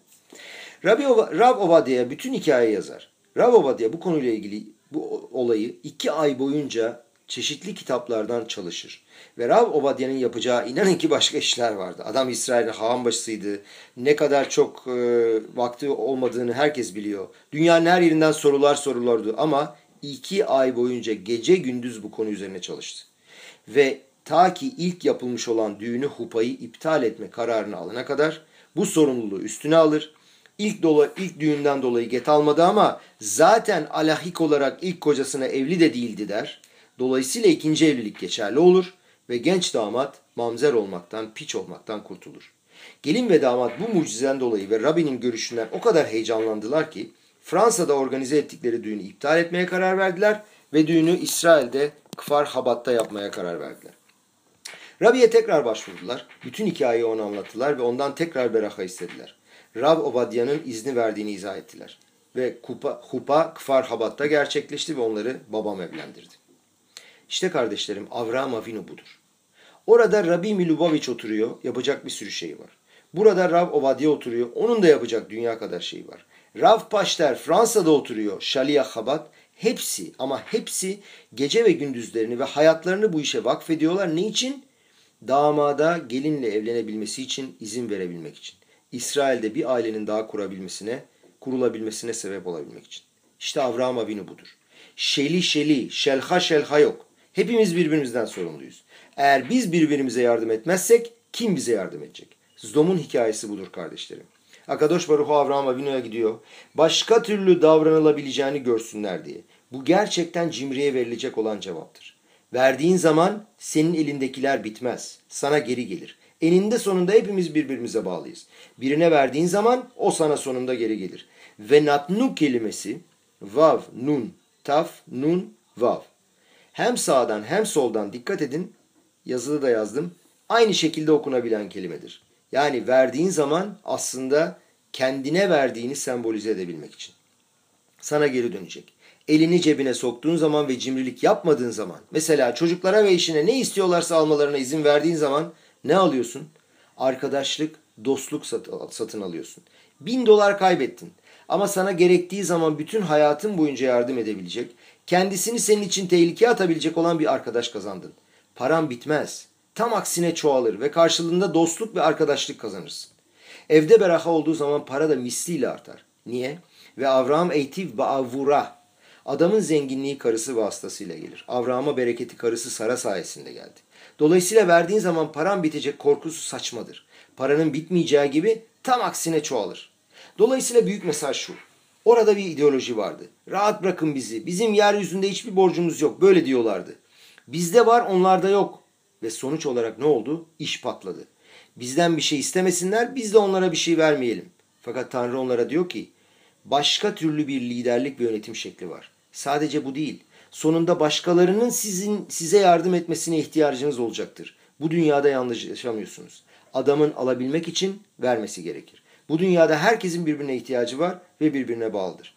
Rav Ovadya bütün hikayeyi yazar. Rav Ovadya bu konuyla ilgili bu olayı iki ay boyunca çeşitli kitaplardan çalışır. Ve Rav Ovadya'nın yapacağı inanın ki başka işler vardı. Adam İsrail'in havan başısıydı. Ne kadar çok e, vakti olmadığını herkes biliyor. Dünyanın her yerinden sorular sorulurdu ama iki ay boyunca gece gündüz bu konu üzerine çalıştı. Ve ta ki ilk yapılmış olan düğünü hupayı iptal etme kararını alana kadar bu sorumluluğu üstüne alır. İlk, dola, ilk düğünden dolayı get almadı ama zaten alahik olarak ilk kocasına evli de değildi der. Dolayısıyla ikinci evlilik geçerli olur ve genç damat mamzer olmaktan, piç olmaktan kurtulur. Gelin ve damat bu mucizeden dolayı ve Rabbinin görüşünden o kadar heyecanlandılar ki Fransa'da organize ettikleri düğünü iptal etmeye karar verdiler ve düğünü İsrail'de Kfar Habat'ta yapmaya karar verdiler. Rabbi'ye tekrar başvurdular. Bütün hikayeyi ona anlattılar ve ondan tekrar beraha istediler. Rav Ovadya'nın izni verdiğini izah ettiler. Ve kupa, hupa Kfar Habat'ta gerçekleşti ve onları babam evlendirdi. İşte kardeşlerim Avraham Avinu budur. Orada Rabbi Miluboviç oturuyor, yapacak bir sürü şey var. Burada Rav Ovadya oturuyor, onun da yapacak dünya kadar şey var. Rav Paşter Fransa'da oturuyor, Şaliyah Habat. Hepsi ama hepsi gece ve gündüzlerini ve hayatlarını bu işe vakfediyorlar. Ne için? Damada gelinle evlenebilmesi için, izin verebilmek için. İsrail'de bir ailenin daha kurabilmesine, kurulabilmesine sebep olabilmek için. İşte Avraham Avinu budur. Şeli şeli, şelha şelha yok. Hepimiz birbirimizden sorumluyuz. Eğer biz birbirimize yardım etmezsek kim bize yardım edecek? Zdom'un hikayesi budur kardeşlerim. Akadosh Baruch Hu Avraham Avinu'ya gidiyor. Başka türlü davranılabileceğini görsünler diye. Bu gerçekten cimriye verilecek olan cevaptır. Verdiğin zaman senin elindekiler bitmez. Sana geri gelir. Eninde sonunda hepimiz birbirimize bağlıyız. Birine verdiğin zaman o sana sonunda geri gelir. Ve natnu kelimesi vav, nun, taf, nun, vav. Hem sağdan hem soldan dikkat edin. Yazılı da yazdım. Aynı şekilde okunabilen kelimedir. Yani verdiğin zaman aslında kendine verdiğini sembolize edebilmek için. Sana geri dönecek. Elini cebine soktuğun zaman ve cimrilik yapmadığın zaman, mesela çocuklara ve eşine ne istiyorlarsa almalarına izin verdiğin zaman ne alıyorsun? Arkadaşlık, dostluk satın alıyorsun. Bin dolar kaybettin. Ama sana gerektiği zaman bütün hayatın boyunca yardım edebilecek, kendisini senin için tehlikeye atabilecek olan bir arkadaş kazandın. Paran bitmez. Tam aksine çoğalır ve karşılığında dostluk ve arkadaşlık kazanırsın. Evde beraha olduğu zaman para da misliyle artar. Niye? Ve Avraham eytiv ba'avura. Adamın zenginliği karısı vasıtasıyla gelir. Avraham'a bereketi karısı Sara sayesinde geldi. Dolayısıyla verdiğin zaman paran bitecek korkusu saçmadır. Paranın bitmeyeceği gibi tam aksine çoğalır. Dolayısıyla büyük mesaj şu. Orada bir ideoloji vardı. Rahat bırakın bizi. Bizim yeryüzünde hiçbir borcumuz yok. Böyle diyorlardı. Bizde var, onlarda yok. Ve sonuç olarak ne oldu? İş patladı. Bizden bir şey istemesinler, biz de onlara bir şey vermeyelim. Fakat Tanrı onlara diyor ki, başka türlü bir liderlik ve yönetim şekli var. Sadece bu değil. Sonunda başkalarının sizin size yardım etmesine ihtiyacınız olacaktır. Bu dünyada yalnız yaşamıyorsunuz. Adamın alabilmek için vermesi gerekir. Bu dünyada herkesin birbirine ihtiyacı var ve birbirine bağlıdır.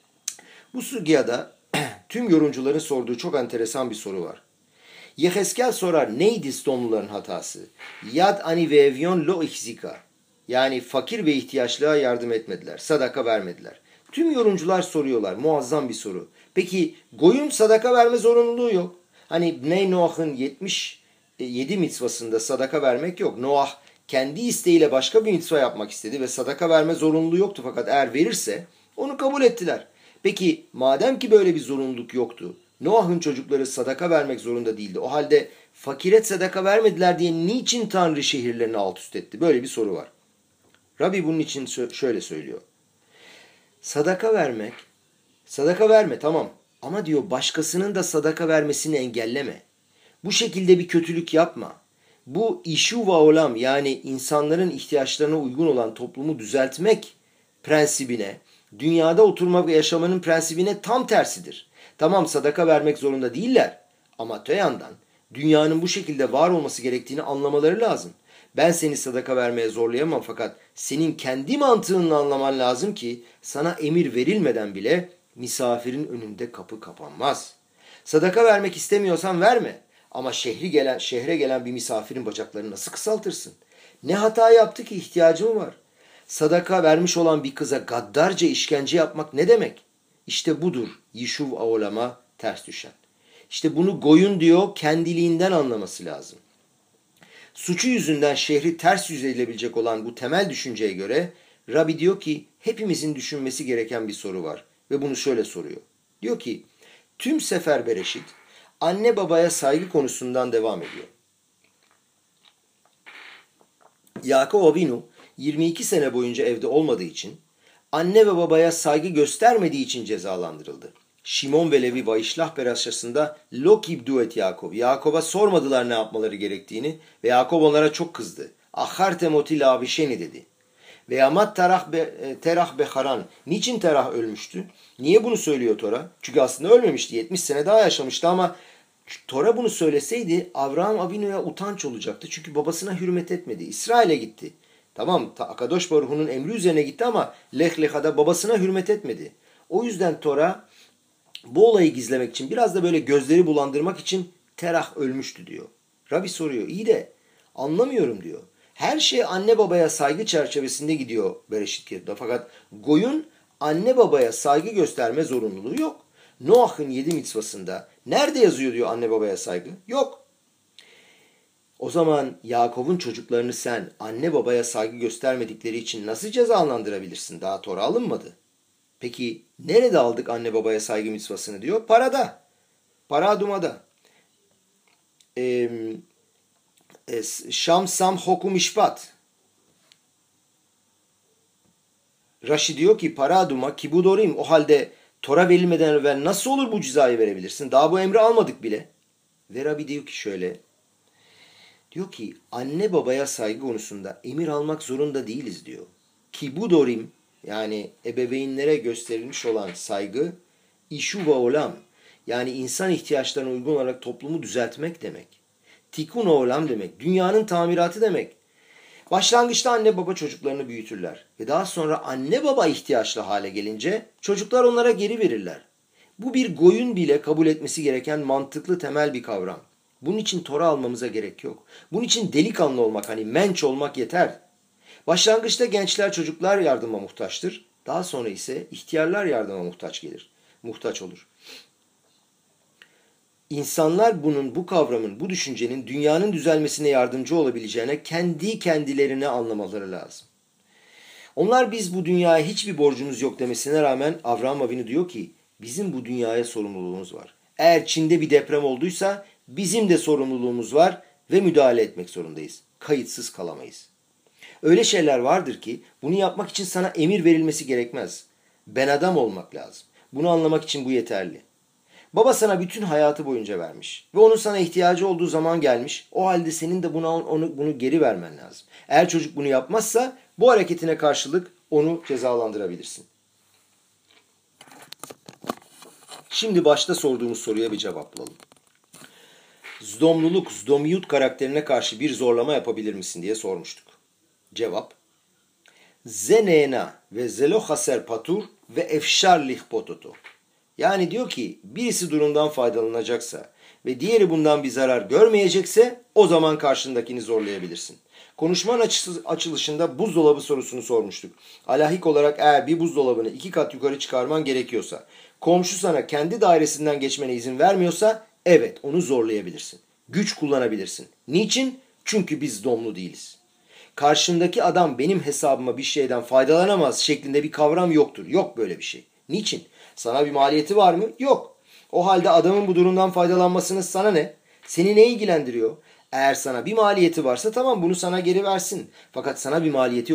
Bu sugiyada tüm yorumcuların sorduğu çok enteresan bir soru var. Yeheskel sorar, neydi Sdomluların hatası? Yad ani ve evyon lo ihzika. Yani fakir ve ihtiyaçlığa yardım etmediler, sadaka vermediler. Tüm yorumcular soruyorlar, muazzam bir soru. Peki goyun sadaka verme zorunluluğu yok. Hani Bnei Noah'ın yetmiş yedi mitzvasında sadaka vermek yok. Noah kendi isteğiyle başka bir mitzva yapmak istedi ve sadaka verme zorunluluğu yoktu. Fakat eğer verirse onu kabul ettiler. Peki madem ki böyle bir zorunluluk yoktu, Noah'ın çocukları sadaka vermek zorunda değildi. O halde fakire sadaka vermediler diye niçin Tanrı şehirlerini alt üst etti? Böyle bir soru var. Rabbi bunun için şöyle söylüyor. Sadaka vermek, sadaka verme tamam ama diyor başkasının da sadaka vermesini engelleme. Bu şekilde bir kötülük yapma. Bu işu ve olam yani insanların ihtiyaçlarına uygun olan toplumu düzeltmek prensibine, dünyada oturmak ve yaşamanın prensibine tam tersidir. Tamam sadaka vermek zorunda değiller ama öte yandan dünyanın bu şekilde var olması gerektiğini anlamaları lazım. Ben seni sadaka vermeye zorlayamam fakat senin kendi mantığınla anlaman lazım ki sana emir verilmeden bile misafirin önünde kapı kapanmaz. Sadaka vermek istemiyorsan verme. Ama şehri gelen, şehre gelen bir misafirin bacaklarını nasıl kısaltırsın? Ne hata yaptı ki ihtiyacı mı var? Sadaka vermiş olan bir kıza gaddarca işkence yapmak ne demek? İşte budur Yişuv Aolam'a ters düşen. İşte bunu Goyun diyor kendiliğinden anlaması lazım. Suçu yüzünden şehri ters yüz edilebilecek olan bu temel düşünceye göre Rabbi diyor ki hepimizin düşünmesi gereken bir soru var. Ve bunu şöyle soruyor. Diyor ki tüm Sefer Bereşit anne babaya saygı konusundan devam ediyor. Yaakov Avinu yirmi iki sene boyunca evde olmadığı için, anne ve babaya saygı göstermediği için cezalandırıldı. Şimon ve Levi Vayişlah Peraşası'nda Lo kibdu et Yaakov. Yaakob'a sormadılar ne yapmaları gerektiğini ve Yaakov onlara çok kızdı. Ahar temoti la abişeni dedi. Ve yamat terah, be, terah beharan. Niçin Terah ölmüştü? Niye bunu söylüyor Tora? Çünkü aslında ölmemişti. yetmiş sene daha yaşamıştı ama Tora bunu söyleseydi Avraham Avinu'ya utanç olacaktı. Çünkü babasına hürmet etmedi. İsrail'e gitti. Tamam Akadosh Baruhu'nun emri üzerine gitti ama Lech Lecha'da babasına hürmet etmedi. O yüzden Tora bu olayı gizlemek için biraz da böyle gözleri bulandırmak için Terah ölmüştü diyor. Rabbi soruyor iyi de anlamıyorum diyor. Her şey anne babaya saygı çerçevesinde gidiyor Bereşit kitabında. Fakat Goy'un anne babaya saygı gösterme zorunluluğu yok. Noah'ın yedi mitzvasında nerede yazıyor diyor anne babaya saygı? Yok. O zaman Yakov'un çocuklarını sen anne babaya saygı göstermedikleri için nasıl cezalandırabilirsin? Daha Tora alınmadı. Peki nerede aldık anne babaya saygı mitzvasını diyor? Parada. Paradumada. Eee Şam Sam Hokum İşbat. Rashi diyor ki paraduma kibudorim o halde Tora verilmeden evvel nasıl olur bu cezayı verebilirsin? Daha bu emri almadık bile. Ve Rabbi diyor ki şöyle. Diyor ki anne babaya saygı konusunda emir almak zorunda değiliz diyor. Kibudorim yani ebeveynlere gösterilmiş olan saygı işu ve olam yani insan ihtiyaçlarına uygun olarak toplumu düzeltmek demek. Tikun olam demek. Dünyanın tamiratı demek. Başlangıçta anne baba çocuklarını büyütürler. Ve daha sonra anne baba ihtiyaçlı hale gelince çocuklar onlara geri verirler. Bu bir Goy'un bile kabul etmesi gereken mantıklı temel bir kavram. Bunun için Tora almamıza gerek yok. Bunun için delikanlı olmak hani menç olmak yeter. Başlangıçta gençler çocuklar yardıma muhtaçtır. Daha sonra ise ihtiyarlar yardıma muhtaç gelir. Muhtaç olur. İnsanlar bunun, bu kavramın, bu düşüncenin dünyanın düzelmesine yardımcı olabileceğine kendi kendilerine anlamaları lazım. Onlar biz bu dünyaya hiçbir borcumuz yok demesine rağmen Avraham Avinu diyor ki bizim bu dünyaya sorumluluğumuz var. Eğer Çin'de bir deprem olduysa bizim de sorumluluğumuz var ve müdahale etmek zorundayız. Kayıtsız kalamayız. Öyle şeyler vardır ki bunu yapmak için sana emir verilmesi gerekmez. Ben adam olmak lazım. Bunu anlamak için bu yeterli. Baba sana bütün hayatı boyunca vermiş ve onun sana ihtiyacı olduğu zaman gelmiş. O halde senin de buna onu bunu geri vermen lazım. Eğer çocuk bunu yapmazsa bu hareketine karşılık onu cezalandırabilirsin. Şimdi başta sorduğumuz soruya bir cevap bulalım. Zdomluluk, zdomiyut karakterine karşı bir zorlama yapabilir misin diye sormuştuk. Cevap: Zeneena ve zelo haser patur ve efşar lihpototo. Yani diyor ki birisi durumdan faydalanacaksa ve diğeri bundan bir zarar görmeyecekse o zaman karşındakini zorlayabilirsin. Konuşmanın açılışında buzdolabı sorusunu sormuştuk. Alahik olarak eğer bir buzdolabını iki kat yukarı çıkarman gerekiyorsa, komşu sana kendi dairesinden geçmene izin vermiyorsa evet onu zorlayabilirsin. Güç kullanabilirsin. Niçin? Çünkü biz domlu değiliz. Karşımdaki adam benim hesabıma bir şeyden faydalanamaz şeklinde bir kavram yoktur. Yok böyle bir şey. Niçin? Sana bir maliyeti var mı? Yok. O halde adamın bu durumdan faydalanmasının sana ne? Seni ne ilgilendiriyor? Eğer sana bir maliyeti varsa tamam bunu sana geri versin. Fakat sana bir maliyeti yoksa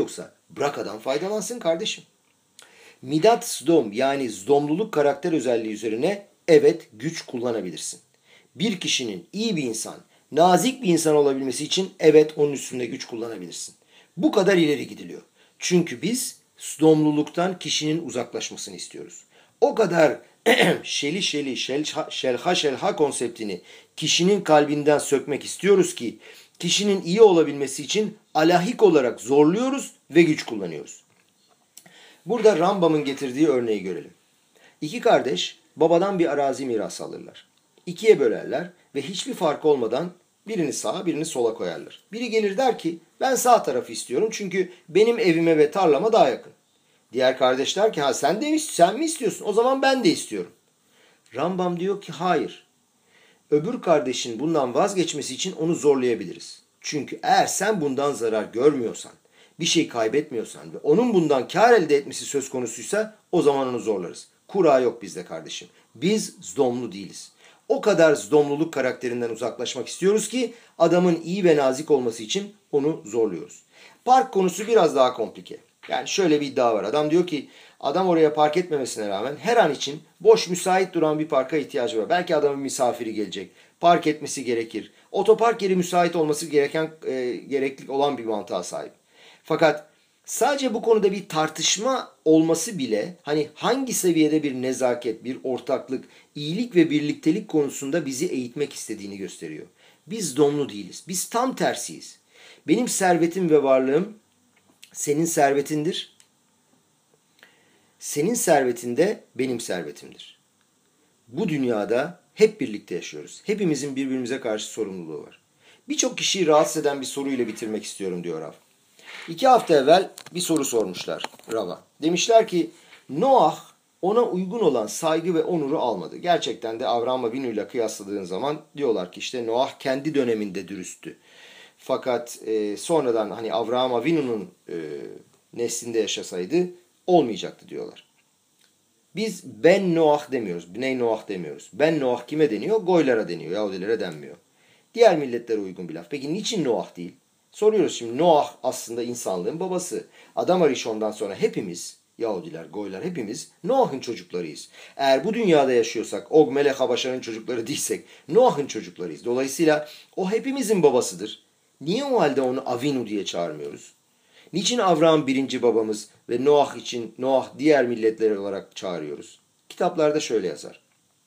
Bırak adam faydalansın kardeşim. Midat zdom yani zdomluluk karakter özelliği üzerine evet güç kullanabilirsin. Bir kişinin iyi bir insan, nazik bir insan olabilmesi için evet onun üstünde güç kullanabilirsin. Bu kadar ileri gidiliyor. Çünkü biz zdomluluktan kişinin uzaklaşmasını istiyoruz. O kadar şeli şeli şelha şelha şelha konseptini kişinin kalbinden sökmek istiyoruz ki kişinin iyi olabilmesi için alahik olarak zorluyoruz ve güç kullanıyoruz. Burada Rambam'ın getirdiği örneği görelim. İki kardeş babadan bir arazi mirası alırlar. İkiye bölerler ve hiçbir fark olmadan birini sağa birini sola koyarlar. Biri gelir der ki ben sağ tarafı istiyorum çünkü benim evime ve tarlama daha yakın. Diğer kardeş der ki ha sen de mi, sen mi istiyorsun? O zaman ben de istiyorum. Rambam diyor ki hayır. Öbür kardeşin bundan vazgeçmesi için onu zorlayabiliriz. Çünkü eğer sen bundan zarar görmüyorsan, bir şey kaybetmiyorsan ve onun bundan kar elde etmesi söz konusuysa o zaman onu zorlarız. Kura yok bizde kardeşim. Biz zdomlu değiliz. O kadar zdomluluk karakterinden uzaklaşmak istiyoruz ki adamın iyi ve nazik olması için onu zorluyoruz. Park konusu biraz daha komplike. Yani şöyle bir iddia var. Adam diyor ki adam oraya park etmemesine rağmen her an için boş müsait duran bir parka ihtiyacı var. Belki adamın misafiri gelecek. Park etmesi gerekir. Otopark yeri müsait olması gereken e, gerekli olan bir mantığa sahip. Fakat sadece bu konuda bir tartışma olması bile hani hangi seviyede bir nezaket, bir ortaklık, iyilik ve birliktelik konusunda bizi eğitmek istediğini gösteriyor. Biz domlu değiliz. Biz tam tersiyiz. Benim servetim ve varlığım senin servetindir. Senin servetin de benim servetimdir. Bu dünyada hep birlikte yaşıyoruz. Hepimizin birbirimize karşı sorumluluğu var. Birçok kişiyi rahatsız eden bir soruyla bitirmek istiyorum diyor Rav. İki hafta evvel bir soru sormuşlar Rav'a. Demişler ki Noah ona uygun olan saygı ve onuru almadı. Gerçekten de Avram Avinu ile kıyasladığın zaman diyorlar ki işte Noah kendi döneminde dürüsttü. Fakat e, sonradan hani Avraham Avinu'nun e, neslinde yaşasaydı olmayacaktı diyorlar. Biz ben Noah demiyoruz. Bnei Noah demiyoruz. Ben Noah kime deniyor? Goylara deniyor. Yahudilere denmiyor. Diğer milletlere uygun bir laf. Peki niçin Noah değil? Soruyoruz şimdi. Noah aslında insanlığın babası. Adam Arishon'dan sonra hepimiz Yahudiler, Goylar hepimiz Noah'ın çocuklarıyız. Eğer bu dünyada yaşıyorsak, Og Melech Habaşar'ın çocukları değilsek Noah'ın çocuklarıyız. Dolayısıyla o hepimizin babasıdır. Niye o halde onu Avinu diye çağırmıyoruz? Niçin Avraham birinci babamız ve Noah için Noah diğer milletler olarak çağırıyoruz? Kitaplarda şöyle yazar.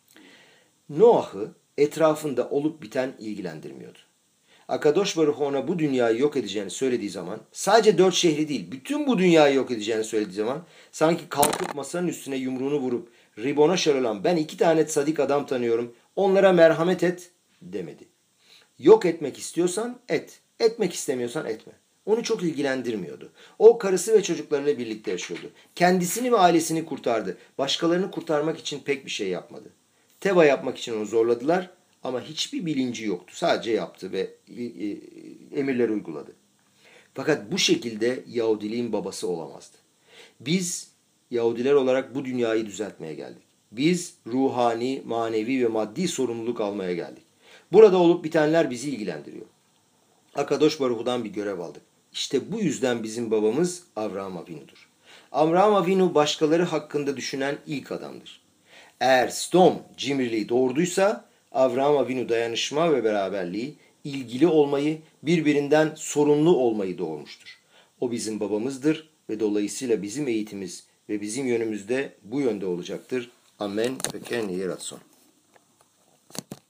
Noah'ı etrafında olup biten ilgilendirmiyordu. Akadosh Baruch ona bu dünyayı yok edeceğini söylediği zaman sadece dört şehri değil bütün bu dünyayı yok edeceğini söylediği zaman sanki kalkıp masanın üstüne yumruğunu vurup Ribona şarılan ben iki tane sadik adam tanıyorum onlara merhamet et demedi. Yok etmek istiyorsan et. Etmek istemiyorsan etme. Onu çok ilgilendirmiyordu. O karısı ve çocuklarıyla birlikte yaşıyordu. Kendisini ve ailesini kurtardı. Başkalarını kurtarmak için pek bir şey yapmadı. Teva yapmak için onu zorladılar ama hiçbir bilinci yoktu. Sadece yaptı ve emirleri uyguladı. Fakat bu şekilde Yahudiliğin babası olamazdı. Biz Yahudiler olarak bu dünyayı düzeltmeye geldik. Biz ruhani, manevi ve maddi sorumluluk almaya geldik. Burada olup bitenler bizi ilgilendiriyor. Akadosh Baruhu'dan bir görev aldık. İşte bu yüzden bizim babamız Avraham Avinu'dur. Avraham Avinu başkaları hakkında düşünen ilk adamdır. Eğer Sdom cimriliği doğurduysa Avraham Avinu dayanışma ve beraberliği, ilgili olmayı, birbirinden sorumlu olmayı doğurmuştur. O bizim babamızdır ve dolayısıyla bizim eğitimimiz ve bizim yönümüz de bu yönde olacaktır. Amen ve ken yeratson.